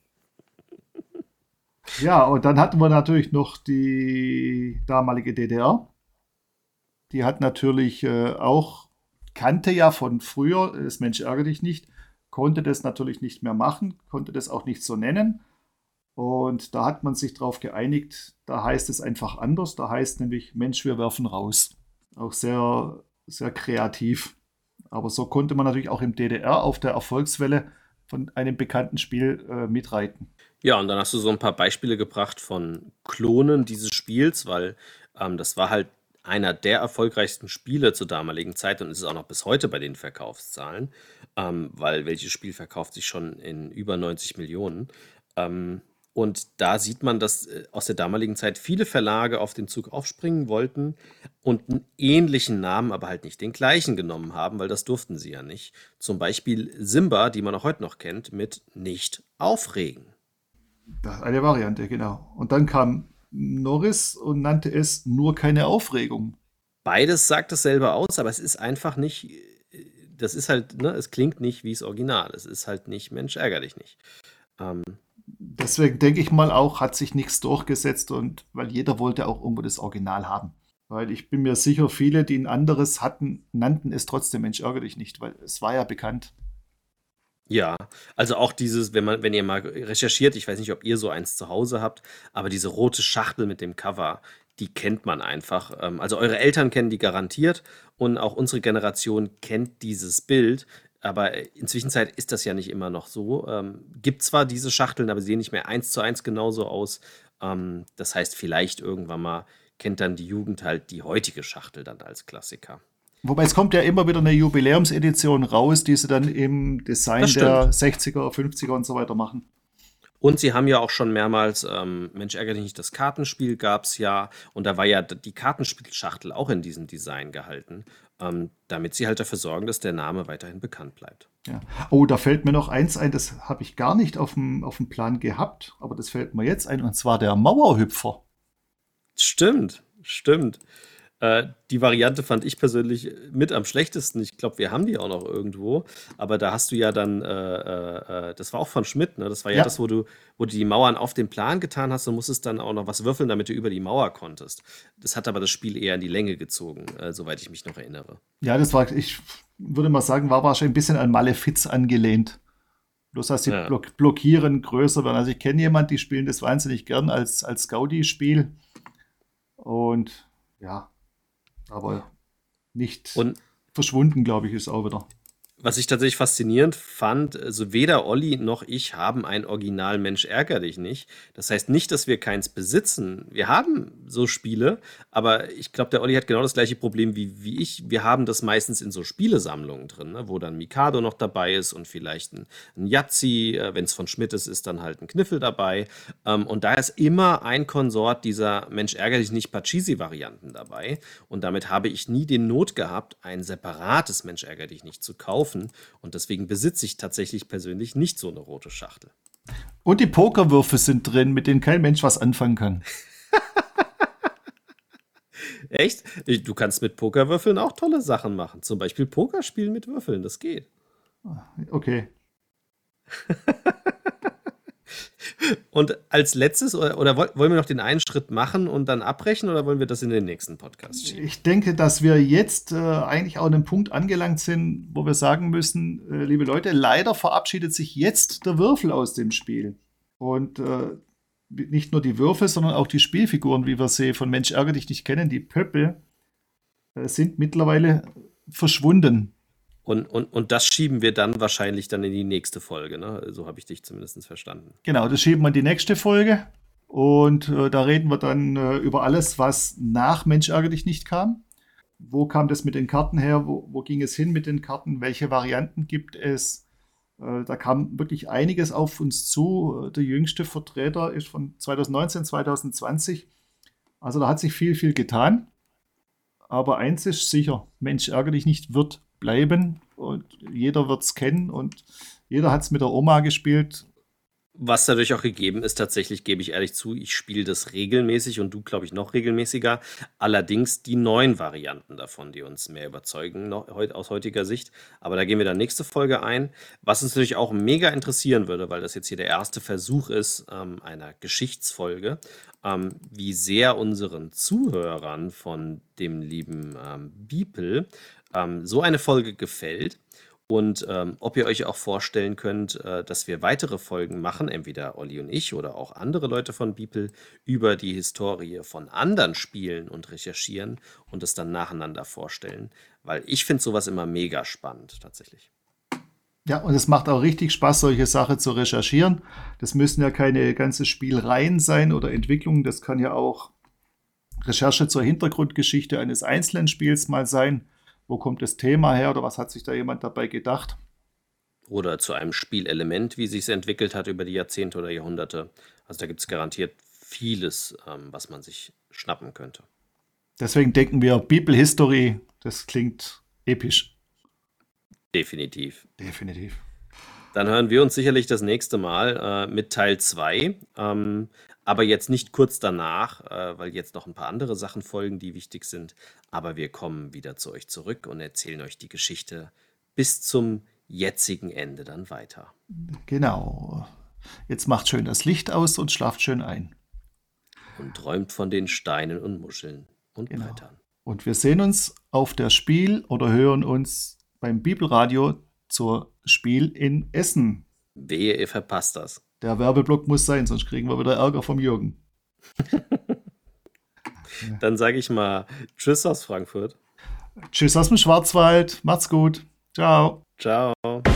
S2: Ja, und dann hatten wir natürlich noch die damalige DDR. Die hat natürlich kannte ja von früher, das Mensch ärgere dich nicht, konnte das natürlich nicht mehr machen, konnte das auch nicht so nennen. Und da hat man sich darauf geeinigt, da heißt es einfach anders, da heißt nämlich Mensch, wir werfen raus. Auch sehr, sehr kreativ. Aber so konnte man natürlich auch im DDR auf der Erfolgswelle von einem bekannten Spiel mitreiten.
S3: Ja, und dann hast du so ein paar Beispiele gebracht von Klonen dieses Spiels, weil das war halt einer der erfolgreichsten Spiele zur damaligen Zeit und ist auch noch bis heute bei den Verkaufszahlen, weil welches Spiel verkauft sich schon in über 90 Millionen. Und da sieht man, dass aus der damaligen Zeit viele Verlage auf den Zug aufspringen wollten und einen ähnlichen Namen, aber halt nicht den gleichen genommen haben, weil das durften sie ja nicht. Zum Beispiel Simba, die man auch heute noch kennt, mit Nicht aufregen.
S2: Das ist eine Variante, genau. Und dann kam Norris und nannte es nur keine Aufregung.
S3: Beides sagt dasselbe aus, aber es ist einfach nicht, das ist halt, ne, es klingt nicht wie das Original. Es ist halt nicht Mensch, ärger dich nicht.
S2: Deswegen denke ich mal auch, hat sich nichts durchgesetzt und weil jeder wollte auch irgendwo das Original haben. Weil ich bin mir sicher, viele, die ein anderes hatten, nannten es trotzdem Mensch, ärger dich nicht, weil es war ja bekannt.
S3: Ja, also auch dieses, wenn ihr mal recherchiert, ich weiß nicht, ob ihr so eins zu Hause habt, aber diese rote Schachtel mit dem Cover, die kennt man einfach. Also eure Eltern kennen die garantiert und auch unsere Generation kennt dieses Bild. Aber inzwischen ist das ja nicht immer noch so. Gibt zwar diese Schachteln, aber sie sehen nicht mehr 1:1 genauso aus. Das heißt, vielleicht irgendwann mal kennt dann die Jugend halt die heutige Schachtel dann als Klassiker.
S2: Wobei es kommt ja immer wieder eine Jubiläumsedition raus, die sie dann im Design
S3: Das
S2: der
S3: stimmt.
S2: 60er, 50er und so weiter machen.
S3: Und sie haben ja auch schon mehrmals, Mensch, ärgere dich nicht, das Kartenspiel gab es ja. Und da war ja die Kartenspielschachtel auch in diesem Design gehalten, damit sie halt dafür sorgen, dass der Name weiterhin bekannt bleibt.
S2: Ja. Oh, da fällt mir noch eins ein, das habe ich gar nicht auf dem Plan gehabt, aber das fällt mir jetzt ein, und zwar der Mauerhüpfer.
S3: Stimmt, stimmt. Die Variante fand ich persönlich mit am schlechtesten. Ich glaube, wir haben die auch noch irgendwo. Aber da hast du ja dann, das war auch von Schmidt, ne? Das war ja
S2: Ja,
S3: das, wo du die Mauern auf den Plan getan hast und musstest dann auch noch was würfeln, damit du über die Mauer konntest. Das hat aber das Spiel eher in die Länge gezogen, soweit ich mich noch erinnere.
S2: ja, das war, ich würde mal sagen, war wahrscheinlich ein bisschen an Malefiz angelehnt. Bloß, dass die
S3: Ja.
S2: Blockieren größer werden. Also ich kenne jemanden, die spielen das wahnsinnig gern als Gaudi-Spiel. Und ja, aber nicht
S3: Und
S2: verschwunden, glaube ich, ist auch wieder.
S3: was ich tatsächlich faszinierend fand, also weder Olli noch ich haben ein Original Mensch ärger dich nicht. Das heißt nicht, dass wir keins besitzen. Wir haben so Spiele, aber ich glaube, der Olli hat genau das gleiche Problem wie ich. Wir haben das meistens in so Spielesammlungen drin, ne, wo dann Mikado noch dabei ist und vielleicht ein Yahtzee, wenn es von Schmidt ist dann halt ein Kniffel dabei. Und da ist immer ein Konsort dieser Mensch ärger dich nicht Pachisi-Varianten dabei. Und damit habe ich nie den Not gehabt, ein separates Mensch ärger dich nicht zu kaufen. Und deswegen besitze ich tatsächlich persönlich nicht so eine rote Schachtel.
S2: Und die Pokerwürfe sind drin, mit denen kein Mensch was anfangen kann.
S3: Echt? Du kannst mit Pokerwürfeln auch tolle Sachen machen. Zum Beispiel Pokerspielen mit Würfeln, das geht.
S2: Okay.
S3: Und als letztes, oder wollen wir noch den einen Schritt machen und dann abbrechen oder wollen wir das in den nächsten Podcast schieben?
S2: Ich denke, dass wir jetzt eigentlich auch an einem Punkt angelangt sind, wo wir sagen müssen, liebe Leute, leider verabschiedet sich jetzt der Würfel aus dem Spiel. Und nicht nur die Würfel, sondern auch die Spielfiguren, wie wir sie von Mensch ärgere dich nicht kennen, die Pöppel, sind mittlerweile verschwunden.
S3: Und das schieben wir dann wahrscheinlich dann in die nächste Folge, ne? So habe ich dich zumindest verstanden.
S2: Genau, das schieben wir in die nächste Folge. Und da reden wir dann über alles, was nach Mensch ärgere dich nicht kam. Wo kam das mit den Karten her? Wo ging es hin mit den Karten? Welche Varianten gibt es? Da kam wirklich einiges auf uns zu. Der jüngste Vertreter ist von 2019, 2020. Also da hat sich viel, viel getan. Aber eins ist sicher, Mensch ärgere dich nicht wird bleiben und jeder wird es kennen und jeder hat es mit der Oma gespielt.
S3: Was dadurch auch gegeben ist, tatsächlich gebe ich ehrlich zu, ich spiele das regelmäßig und du, glaube ich, noch regelmäßiger. Allerdings die neuen Varianten davon, die uns mehr überzeugen, noch aus heutiger Sicht. Aber da gehen wir dann nächste Folge ein. Was uns natürlich auch mega interessieren würde, weil das jetzt hier der erste Versuch ist, einer Geschichtsfolge, wie sehr unseren Zuhörern von dem lieben Beeple so eine Folge gefällt. Und ob ihr euch auch vorstellen könnt, dass wir weitere Folgen machen, entweder Olli und ich oder auch andere Leute von Beeple, über die Historie von anderen Spielen und recherchieren und es dann nacheinander vorstellen. Weil ich finde sowas immer mega spannend, tatsächlich.
S2: Ja, und es macht auch richtig Spaß, solche Sachen zu recherchieren. Das müssen ja keine ganzen Spielreihen sein oder Entwicklungen. Das kann ja auch Recherche zur Hintergrundgeschichte eines einzelnen Spiels mal sein. Wo kommt das Thema her oder was hat sich da jemand dabei gedacht?
S3: Oder zu einem Spielelement, wie sich es entwickelt hat über die Jahrzehnte oder Jahrhunderte. Also da gibt es garantiert vieles, was man sich schnappen könnte.
S2: Deswegen denken wir, Beeple History, das klingt episch.
S3: Definitiv.
S2: Definitiv.
S3: Dann hören wir uns sicherlich das nächste Mal mit Teil 2. Aber jetzt nicht kurz danach, weil jetzt noch ein paar andere Sachen folgen, die wichtig sind. Aber wir kommen wieder zu euch zurück und erzählen euch die Geschichte bis zum jetzigen Ende dann weiter.
S2: Genau. Jetzt macht schön das Licht aus und schlaft schön ein.
S3: Und träumt von den Steinen und Muscheln und
S2: Genau.
S3: Brettern.
S2: Und wir sehen uns auf der Spiel oder hören uns beim Beeple-Radio zur Spiel in Essen.
S3: Wehe, ihr verpasst das.
S2: Der Werbeblock muss sein, sonst kriegen wir wieder Ärger vom Jürgen.
S3: Dann sage ich mal Tschüss aus Frankfurt.
S2: Tschüss aus dem Schwarzwald. Macht's gut. Ciao.
S3: Ciao.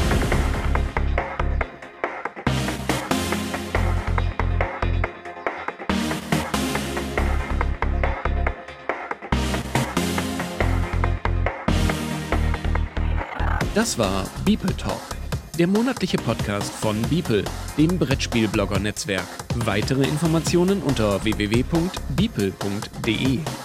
S4: Das war Beeple Talk, der monatliche Podcast von Beeple, dem Brettspielblogger-Netzwerk. Weitere Informationen unter www.beeple.de.